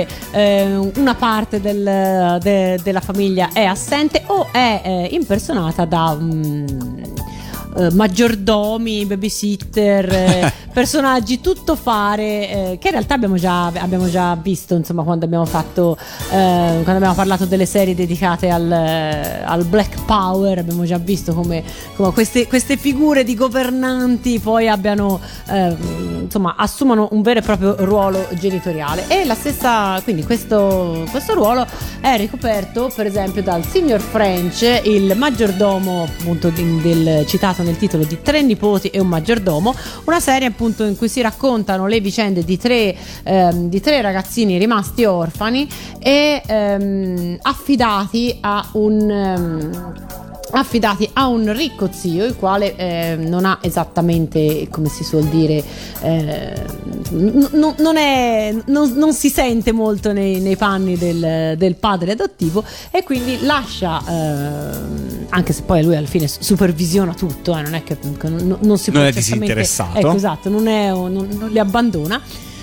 Speaker 5: una parte della famiglia è assente o è impersonata da maggiordomi, babysitter, personaggi tuttofare che in realtà abbiamo già visto, insomma, quando abbiamo parlato delle serie dedicate al Black Power. Abbiamo già visto come queste figure di governanti poi assumano un vero e proprio ruolo genitoriale, e la stessa, quindi questo ruolo è ricoperto per esempio dal Signor French, il maggiordomo appunto del citato nel titolo di Tre nipoti e un maggiordomo, una serie appunto in cui si raccontano le vicende di tre ragazzini rimasti orfani e affidati a affidati a un ricco zio, il quale non ha esattamente, come si suol dire, non si sente molto nei panni del padre adottivo, e quindi lascia, anche se poi lui alla fine supervisiona tutto, non è che non si può,
Speaker 4: non è disinteressato,
Speaker 5: ecco, esatto, non li abbandona.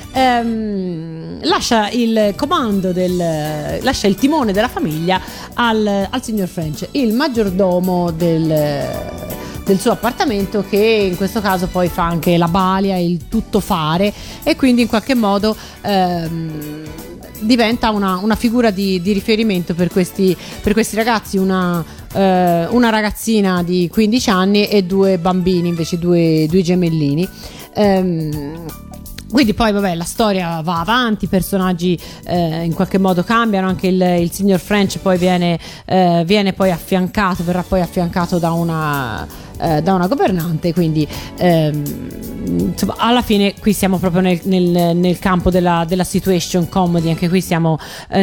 Speaker 5: Lascia il comando lascia il timone della famiglia al signor French, il maggiordomo del suo appartamento, che in questo caso poi fa anche la balia, il tuttofare, e quindi in qualche modo diventa una figura di riferimento per questi ragazzi, una ragazzina di 15 anni e 2 bambini, invece due gemellini. Quindi poi vabbè, la storia va avanti, i personaggi in qualche modo cambiano, anche il signor French poi verrà poi affiancato da una governante, quindi insomma, alla fine qui siamo proprio nel campo della situation comedy, anche qui siamo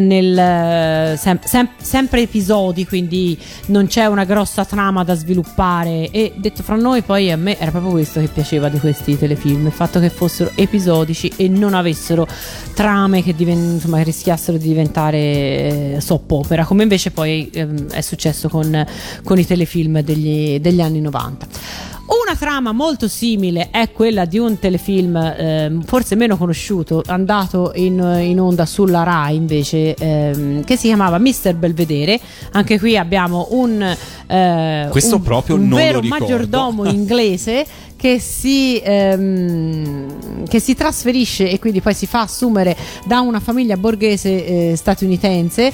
Speaker 5: sempre episodi, quindi non c'è una grossa trama da sviluppare, e detto fra noi, poi a me era proprio questo che piaceva di questi telefilm, il fatto che fossero episodici e non avessero trame che rischiassero di diventare soap opera, come invece poi è successo con i telefilm degli anni 90. Una trama molto simile è quella di un telefilm forse meno conosciuto, andato in onda sulla Rai invece, che si chiamava Mr. Belvedere. Anche qui abbiamo
Speaker 4: questo proprio
Speaker 5: un
Speaker 4: non
Speaker 5: vero
Speaker 4: lo ricordo.
Speaker 5: maggiordomo inglese che si trasferisce e quindi poi si fa assumere da una famiglia borghese statunitense,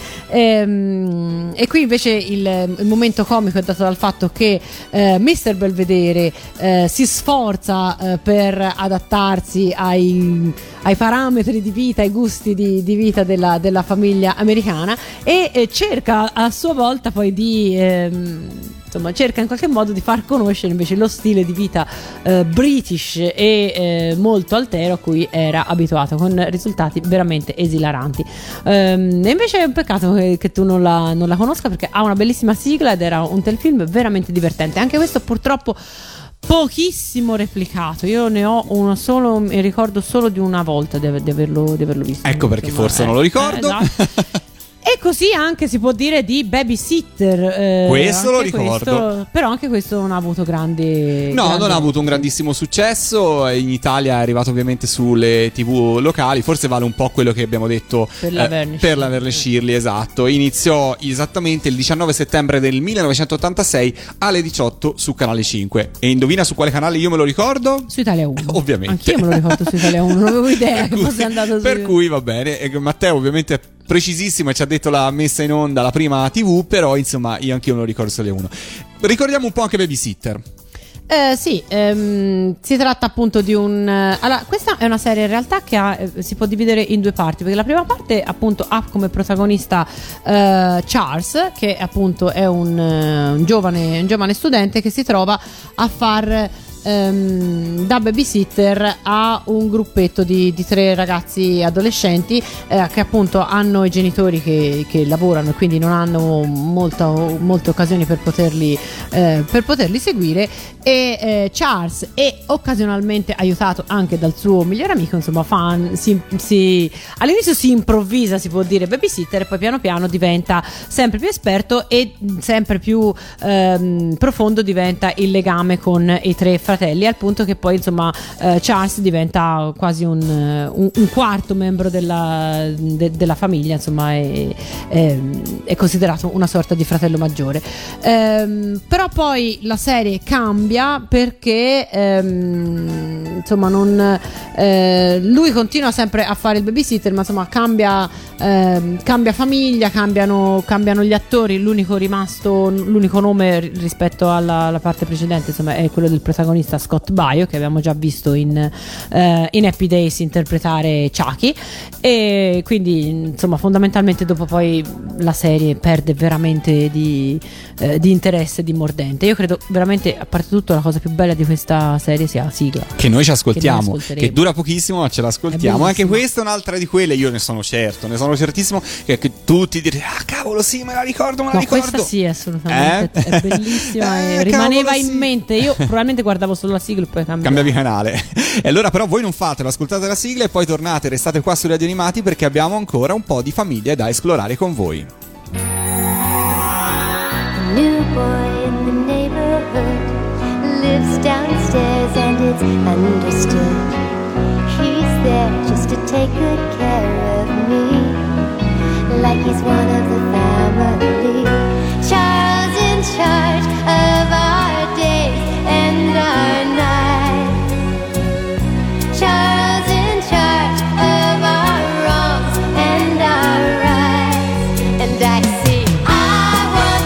Speaker 5: e qui invece il momento comico è dato dal fatto che Mr. Belvedere si sforza per adattarsi ai parametri di vita, ai gusti di vita della famiglia americana, e cerca a sua volta poi cerca in qualche modo di far conoscere invece lo stile di vita british e molto altero a cui era abituato, con risultati veramente esilaranti. E invece è un peccato che tu non la conosca, perché ha una bellissima sigla ed era un telefilm veramente divertente. Anche questo purtroppo pochissimo replicato, io ne ho uno solo, mi ricordo solo di una volta di averlo visto.
Speaker 4: Ecco perché forse non lo ricordo.
Speaker 5: Esatto. E così anche si può dire di Babysitter.
Speaker 4: Questo lo ricordo.
Speaker 5: Però anche questo non ha avuto grande.
Speaker 4: Non ha avuto un grandissimo successo. In Italia è arrivato ovviamente sulle TV locali. Forse vale un po' quello che abbiamo detto
Speaker 5: per la
Speaker 4: Verne Shirley, esatto. Iniziò esattamente il 19 settembre del 1986 alle 18 su Canale 5. E indovina su quale canale io me lo ricordo?
Speaker 5: Su Italia 1.
Speaker 4: Ovviamente.
Speaker 5: Anch'io me lo ricordo su Italia 1, non avevo idea che fosse andato su.
Speaker 4: Per cui va bene. E Matteo ovviamente è precisissimo e ci ha detto la messa in onda la prima TV, però insomma anch'io me lo ricordo solo uno. Ricordiamo un po' anche Babysitter.
Speaker 5: Sì, si tratta appunto di allora, questa è una serie in realtà che si può dividere in 2 parti, perché la prima parte appunto ha come protagonista Charles, che appunto è un giovane studente che si trova a far da babysitter a un gruppetto di 3 ragazzi adolescenti che appunto hanno i genitori che lavorano e quindi non hanno molte occasioni per poterli seguire, e Charles, e occasionalmente aiutato anche dal suo migliore amico, insomma all'inizio si improvvisa, si può dire, babysitter, e poi piano piano diventa sempre più esperto e sempre più profondo diventa il legame con i 3 fratelli, al punto che poi insomma Charles diventa quasi un quarto membro della famiglia, insomma è considerato una sorta di fratello maggiore. Però poi la serie cambia perché insomma lui continua sempre a fare il babysitter, ma insomma cambia famiglia, cambiano gli attori. L'unico nome rispetto alla parte precedente insomma è quello del protagonista Scott Baio, che abbiamo già visto in Happy Days interpretare Chucky, e quindi insomma fondamentalmente dopo poi la serie perde veramente di interesse, di mordente. Io credo veramente, a parte tutto, la cosa più bella di questa serie sia la sigla,
Speaker 4: che noi ci ascoltiamo,
Speaker 5: ascolteremo.
Speaker 4: che dura pochissimo, ma ce l'ascoltiamo.
Speaker 5: È
Speaker 4: Anche
Speaker 5: bellissima.
Speaker 4: questa è un'altra di quelle, io ne sono certissimo, che tutti direte: ah, cavolo, sì, me la ricordo.
Speaker 5: No, questa sì, assolutamente. È bellissima e rimaneva
Speaker 4: cavolo,
Speaker 5: in
Speaker 4: sì.
Speaker 5: mente. Io probabilmente guardavo solo la sigla e poi
Speaker 4: Cambiavi canale. E allora però voi non fatelo, ascoltate la sigla e poi tornate, restate qua su Radio Animati perché abbiamo ancora un po' di famiglie da esplorare con voi.
Speaker 3: New boy in the neighborhood lives downstairs and it's understood. He's there just to take good care of me, like he's one of the family. Charles in charge of our days and our nights. Charles in charge of our wrongs and our rights. And I see I want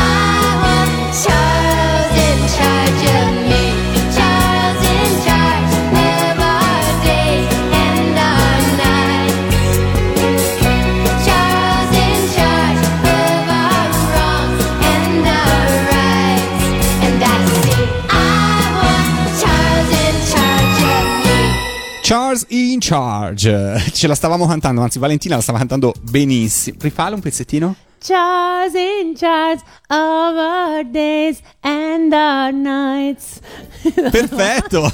Speaker 3: Charles in charge of me. Charles in charge of our days and our nights. Charles in charge of our wrongs and our rights. And I see I want Charles in charge of me.
Speaker 4: Charles in Charge. Ce la stavamo cantando, anzi Valentina la stava cantando benissimo. Rifale un pezzettino?
Speaker 5: Charles in charge of our days and our nights.
Speaker 4: Perfetto.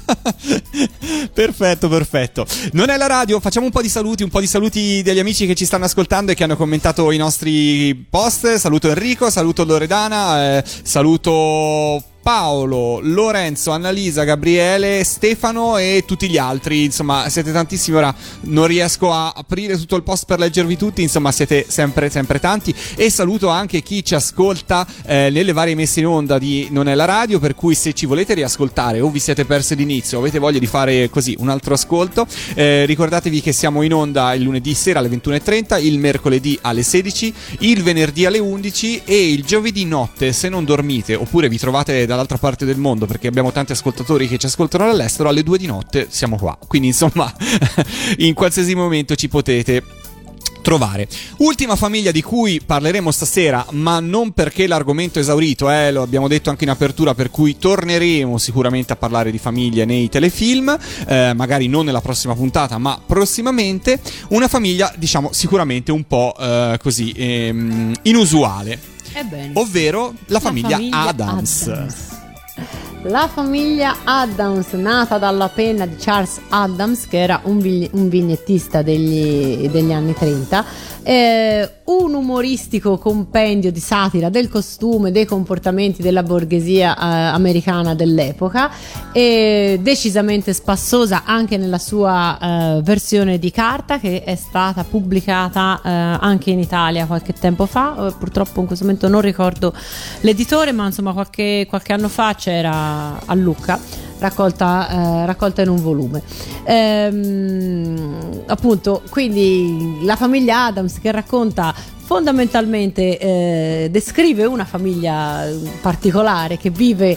Speaker 4: Perfetto. Non è la radio, facciamo un po' di saluti degli amici che ci stanno ascoltando e che hanno commentato i nostri post. Saluto Enrico, saluto Loredana, saluto Paolo, Lorenzo, Annalisa, Gabriele, Stefano e tutti gli altri. Insomma, siete tantissimi. Ora non riesco a aprire tutto il post per leggervi tutti. Insomma, siete sempre tanti. E saluto anche chi ci ascolta nelle varie messe in onda di Non è la radio. Per cui, se ci volete riascoltare o vi siete persi l'inizio o avete voglia di fare così un altro ascolto, ricordatevi che siamo in onda il lunedì sera alle 21:30, il mercoledì alle 16, il venerdì alle 11 e il giovedì notte, se non dormite oppure vi trovate dall'altra parte del mondo, perché abbiamo tanti ascoltatori che ci ascoltano dall'estero, alle 2 di notte siamo qua. Quindi insomma in qualsiasi momento ci potete trovare. Ultima famiglia di cui parleremo stasera, ma non perché l'argomento è esaurito, lo abbiamo detto anche in apertura, per cui torneremo sicuramente a parlare di famiglie nei telefilm, magari non nella prossima puntata ma prossimamente. Una famiglia, diciamo, sicuramente un po' così inusuale, ovvero la famiglia Addams.
Speaker 5: La famiglia Addams, nata dalla penna di Charles Addams, che era un vignettista degli anni 30, un umoristico compendio di satira del costume, dei comportamenti della borghesia americana dell'epoca, e decisamente spassosa anche nella sua versione di carta, che è stata pubblicata anche in Italia qualche tempo fa. Purtroppo in questo momento non ricordo l'editore, ma insomma qualche anno fa c'era a Lucca, raccolta in un volume. Appunto, quindi la famiglia Addams, che racconta fondamentalmente, descrive una famiglia particolare che vive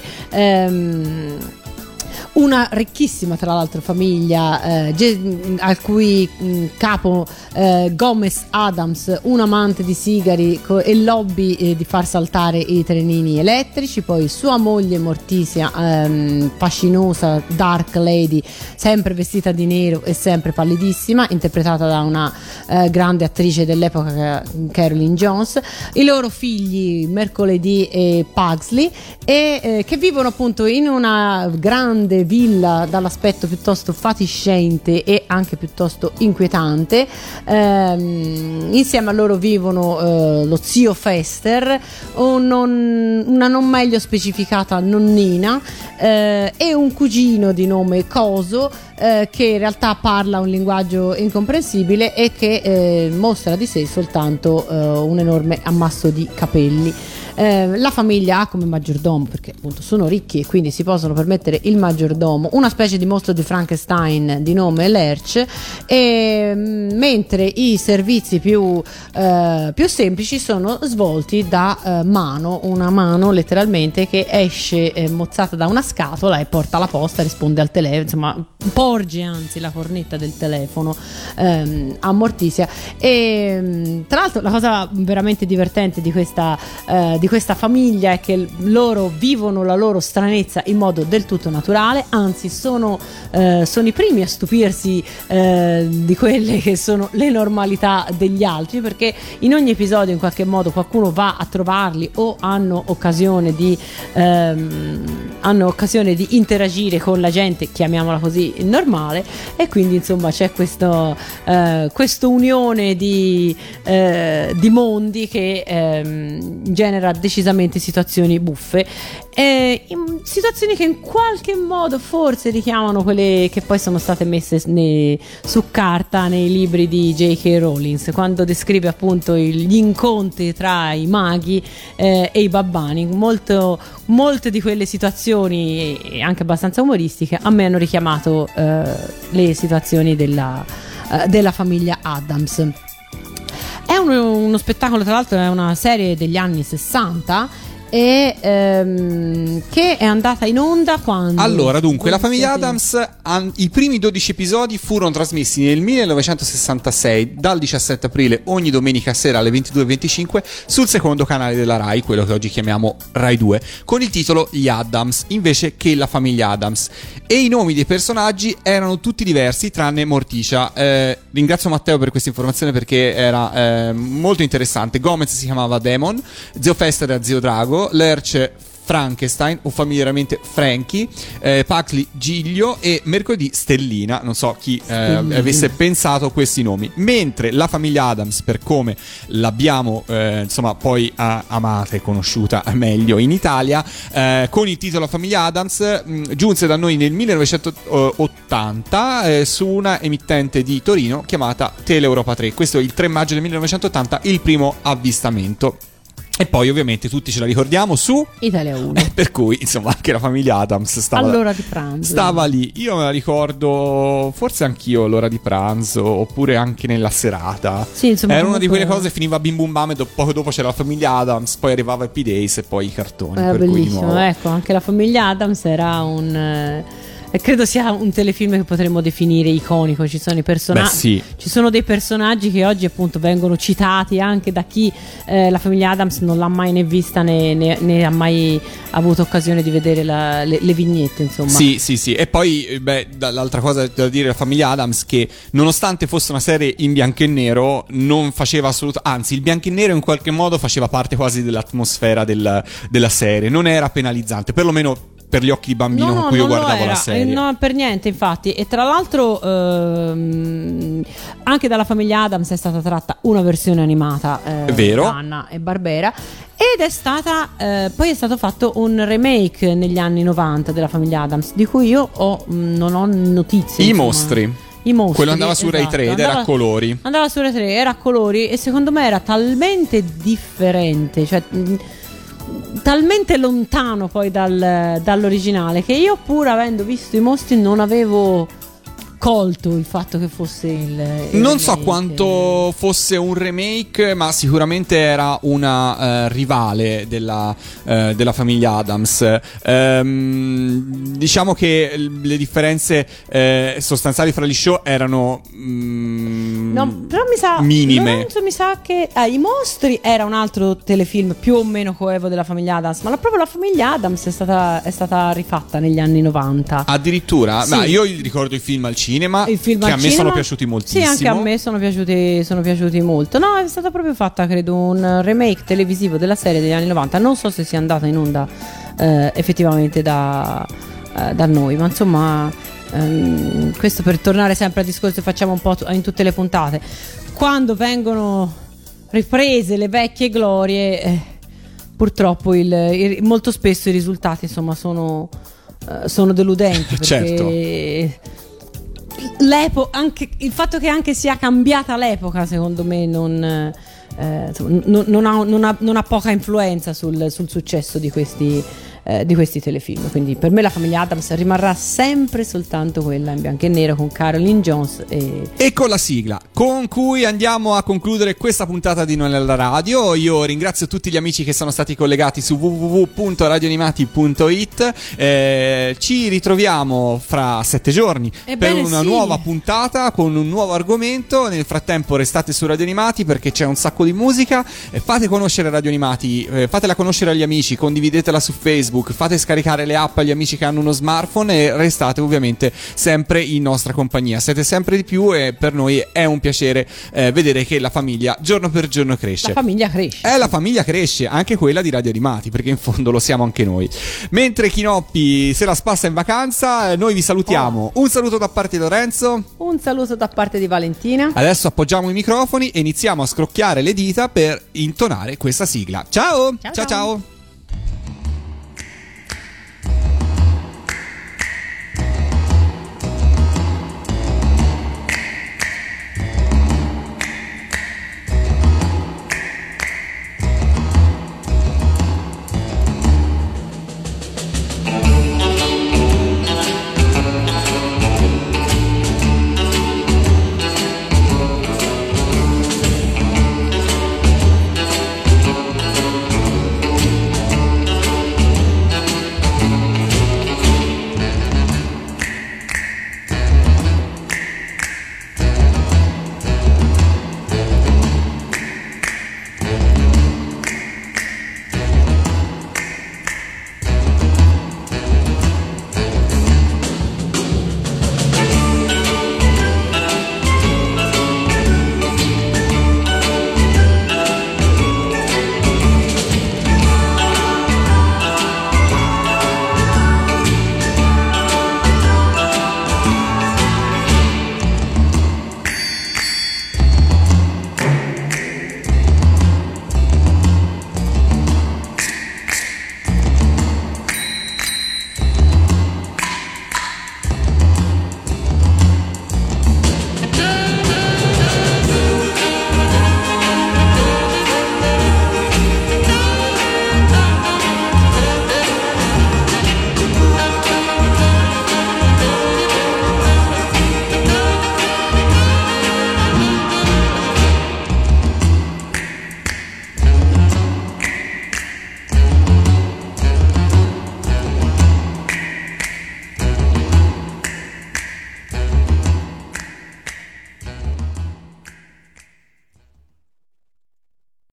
Speaker 5: una ricchissima, tra l'altro, famiglia al cui capo Gomez Addams, un amante di sigari e lobby di far saltare i trenini elettrici, poi sua moglie Morticia, fascinosa dark lady, sempre vestita di nero e sempre pallidissima, interpretata da una grande attrice dell'epoca, Caroline Jones, i loro figli Mercoledì e Pugsley, e che vivono appunto in una grande villa dall'aspetto piuttosto fatiscente e anche piuttosto inquietante. Insieme a loro vivono lo zio Fester, una non meglio specificata nonnina, e un cugino di nome Coso, che in realtà parla un linguaggio incomprensibile e che mostra di sé soltanto un enorme ammasso di capelli. La famiglia ha come maggiordomo, perché appunto sono ricchi e quindi si possono permettere il maggiordomo, una specie di mostro di Frankenstein di nome Lerch, e mentre i servizi più semplici sono svolti da mano, una mano letteralmente che esce mozzata da una scatola e porta la posta, risponde al telefono, insomma porge anzi la cornetta del telefono a Morticia. E tra l'altro la cosa veramente divertente di questa di questa famiglia è che loro vivono la loro stranezza in modo del tutto naturale, anzi sono i primi a stupirsi di quelle che sono le normalità degli altri, perché in ogni episodio in qualche modo qualcuno va a trovarli o hanno occasione di interagire con la gente, chiamiamola così, normale, e quindi insomma c'è questo unione di mondi che genera decisamente situazioni buffe, situazioni che in qualche modo forse richiamano quelle che poi sono state messe su carta nei libri di J.K. Rowling, quando descrive appunto gli incontri tra i maghi e i babbani. Molte di quelle situazioni, anche abbastanza umoristiche, a me hanno richiamato le situazioni della famiglia Addams. È uno spettacolo, tra l'altro è una serie degli anni 60 e che è andata in onda quando?
Speaker 4: Allora, dunque, la famiglia Addams, i primi 12 episodi furono trasmessi nel 1966 dal 17 aprile ogni domenica sera alle 22:25 sul secondo canale della Rai, quello che oggi chiamiamo Rai 2, con il titolo Gli Addams invece che la famiglia Addams, e i nomi dei personaggi erano tutti diversi tranne Morticia. Ringrazio Matteo per questa informazione perché era molto interessante. Gomez si chiamava Demon, Zio Fester era Zio Drago, Lurch Frankenstein o familiarmente Frankie, Pugsley Giglio e mercoledì Stellina. Non so chi avesse pensato questi nomi, mentre la famiglia Addams, per come l'abbiamo insomma poi amata e conosciuta meglio in Italia, con il titolo Famiglia Addams, giunse da noi nel 1980 su una emittente di Torino chiamata Tele Europa 3. Questo è il 3 maggio del 1980, il primo avvistamento. E poi ovviamente tutti ce la ricordiamo su
Speaker 5: Italia 1.
Speaker 4: Per cui insomma anche la famiglia Addams
Speaker 5: all'ora di pranzo
Speaker 4: stava lì. Io me la ricordo forse anch'io all'ora di pranzo, oppure anche nella serata.
Speaker 5: Sì, insomma,
Speaker 4: era una di quelle cose, finiva Bim Bum Bam e poco dopo c'era la famiglia Addams, poi arrivava Happy Days e poi i cartoni.
Speaker 5: Era
Speaker 4: per
Speaker 5: bellissimo,
Speaker 4: cui
Speaker 5: ecco, anche la famiglia Addams era credo sia un telefilm che potremmo definire iconico. Ci sono i personaggi,
Speaker 4: sì.
Speaker 5: Ci sono dei personaggi che oggi appunto vengono citati anche da chi la famiglia Addams non l'ha mai né vista né ha mai avuto occasione di vedere le vignette, insomma.
Speaker 4: Sì. E poi l'altra cosa da dire, la famiglia Addams, che nonostante fosse una serie in bianco e nero non faceva assolutamente, anzi il bianco e nero in qualche modo faceva parte quasi dell'atmosfera della serie, non era penalizzante, perlomeno per gli occhi di bambino con cui io guardavo la serie.
Speaker 5: No, per niente, infatti. E tra l'altro anche dalla famiglia Addams è stata tratta una versione animata,
Speaker 4: vero?
Speaker 5: Hanna e Barbera, ed è stata poi è stato fatto un remake negli anni 90 della famiglia Addams, di cui io non ho notizie.
Speaker 4: I mostri. Quello andava su Rai 3 ed era a colori.
Speaker 5: Andava su Rai 3, era a colori, e secondo me era talmente differente, cioè talmente lontano poi dall'originale, che io, pur avendo visto i mostri, non avevo colto il fatto che fosse il
Speaker 4: non so quanto fosse un remake, ma sicuramente era una rivale della famiglia Addams. Diciamo che le differenze sostanziali fra gli show erano
Speaker 5: no, però mi sa,
Speaker 4: minime.
Speaker 5: Lorenzo, mi sa che I Mostri era un altro telefilm più o meno coevo della famiglia Addams, ma proprio la famiglia Addams è stata rifatta negli anni 90
Speaker 4: addirittura.
Speaker 5: Sì.
Speaker 4: Ma io ricordo i film al cinema, che a me sono piaciuti moltissimo.
Speaker 5: Sì, anche a me sono piaciuti molto. No, è stata proprio fatta, credo, un remake televisivo della serie degli anni 90. Non so se sia andata in onda effettivamente da noi, ma insomma, questo per tornare sempre al discorso che facciamo un po' in tutte le puntate. Quando vengono riprese le vecchie glorie, purtroppo molto spesso i risultati, insomma, sono deludenti, perché anche il fatto che anche sia cambiata l'epoca, secondo me non ha poca influenza sul successo di questi questi telefilm. Quindi per me la famiglia Addams rimarrà sempre soltanto quella in bianco e nero con Caroline Jones
Speaker 4: e con la sigla con cui andiamo a concludere questa puntata di Non è la radio. Io ringrazio tutti gli amici che sono stati collegati su www.radioanimati.it. Ci ritroviamo fra 7 giorni per una nuova puntata con un nuovo argomento. Nel frattempo restate su Radio Animati perché c'è un sacco di musica. Fate conoscere Radio Animati, fatela conoscere agli amici, condividetela su Facebook, fate scaricare le app agli amici che hanno uno smartphone e restate ovviamente sempre in nostra compagnia. Siete sempre di più e per noi è un piacere vedere che la famiglia giorno per giorno cresce.
Speaker 5: La famiglia cresce.
Speaker 4: La famiglia cresce, anche quella di Radio Animati, perché in fondo lo siamo anche noi. Mentre Chinoppi se la spassa in vacanza, noi vi salutiamo. Un saluto da parte di Lorenzo.
Speaker 5: Un saluto da parte di Valentina.
Speaker 4: Adesso appoggiamo i microfoni e iniziamo a scrocchiare le dita per intonare questa sigla. Ciao! Ciao!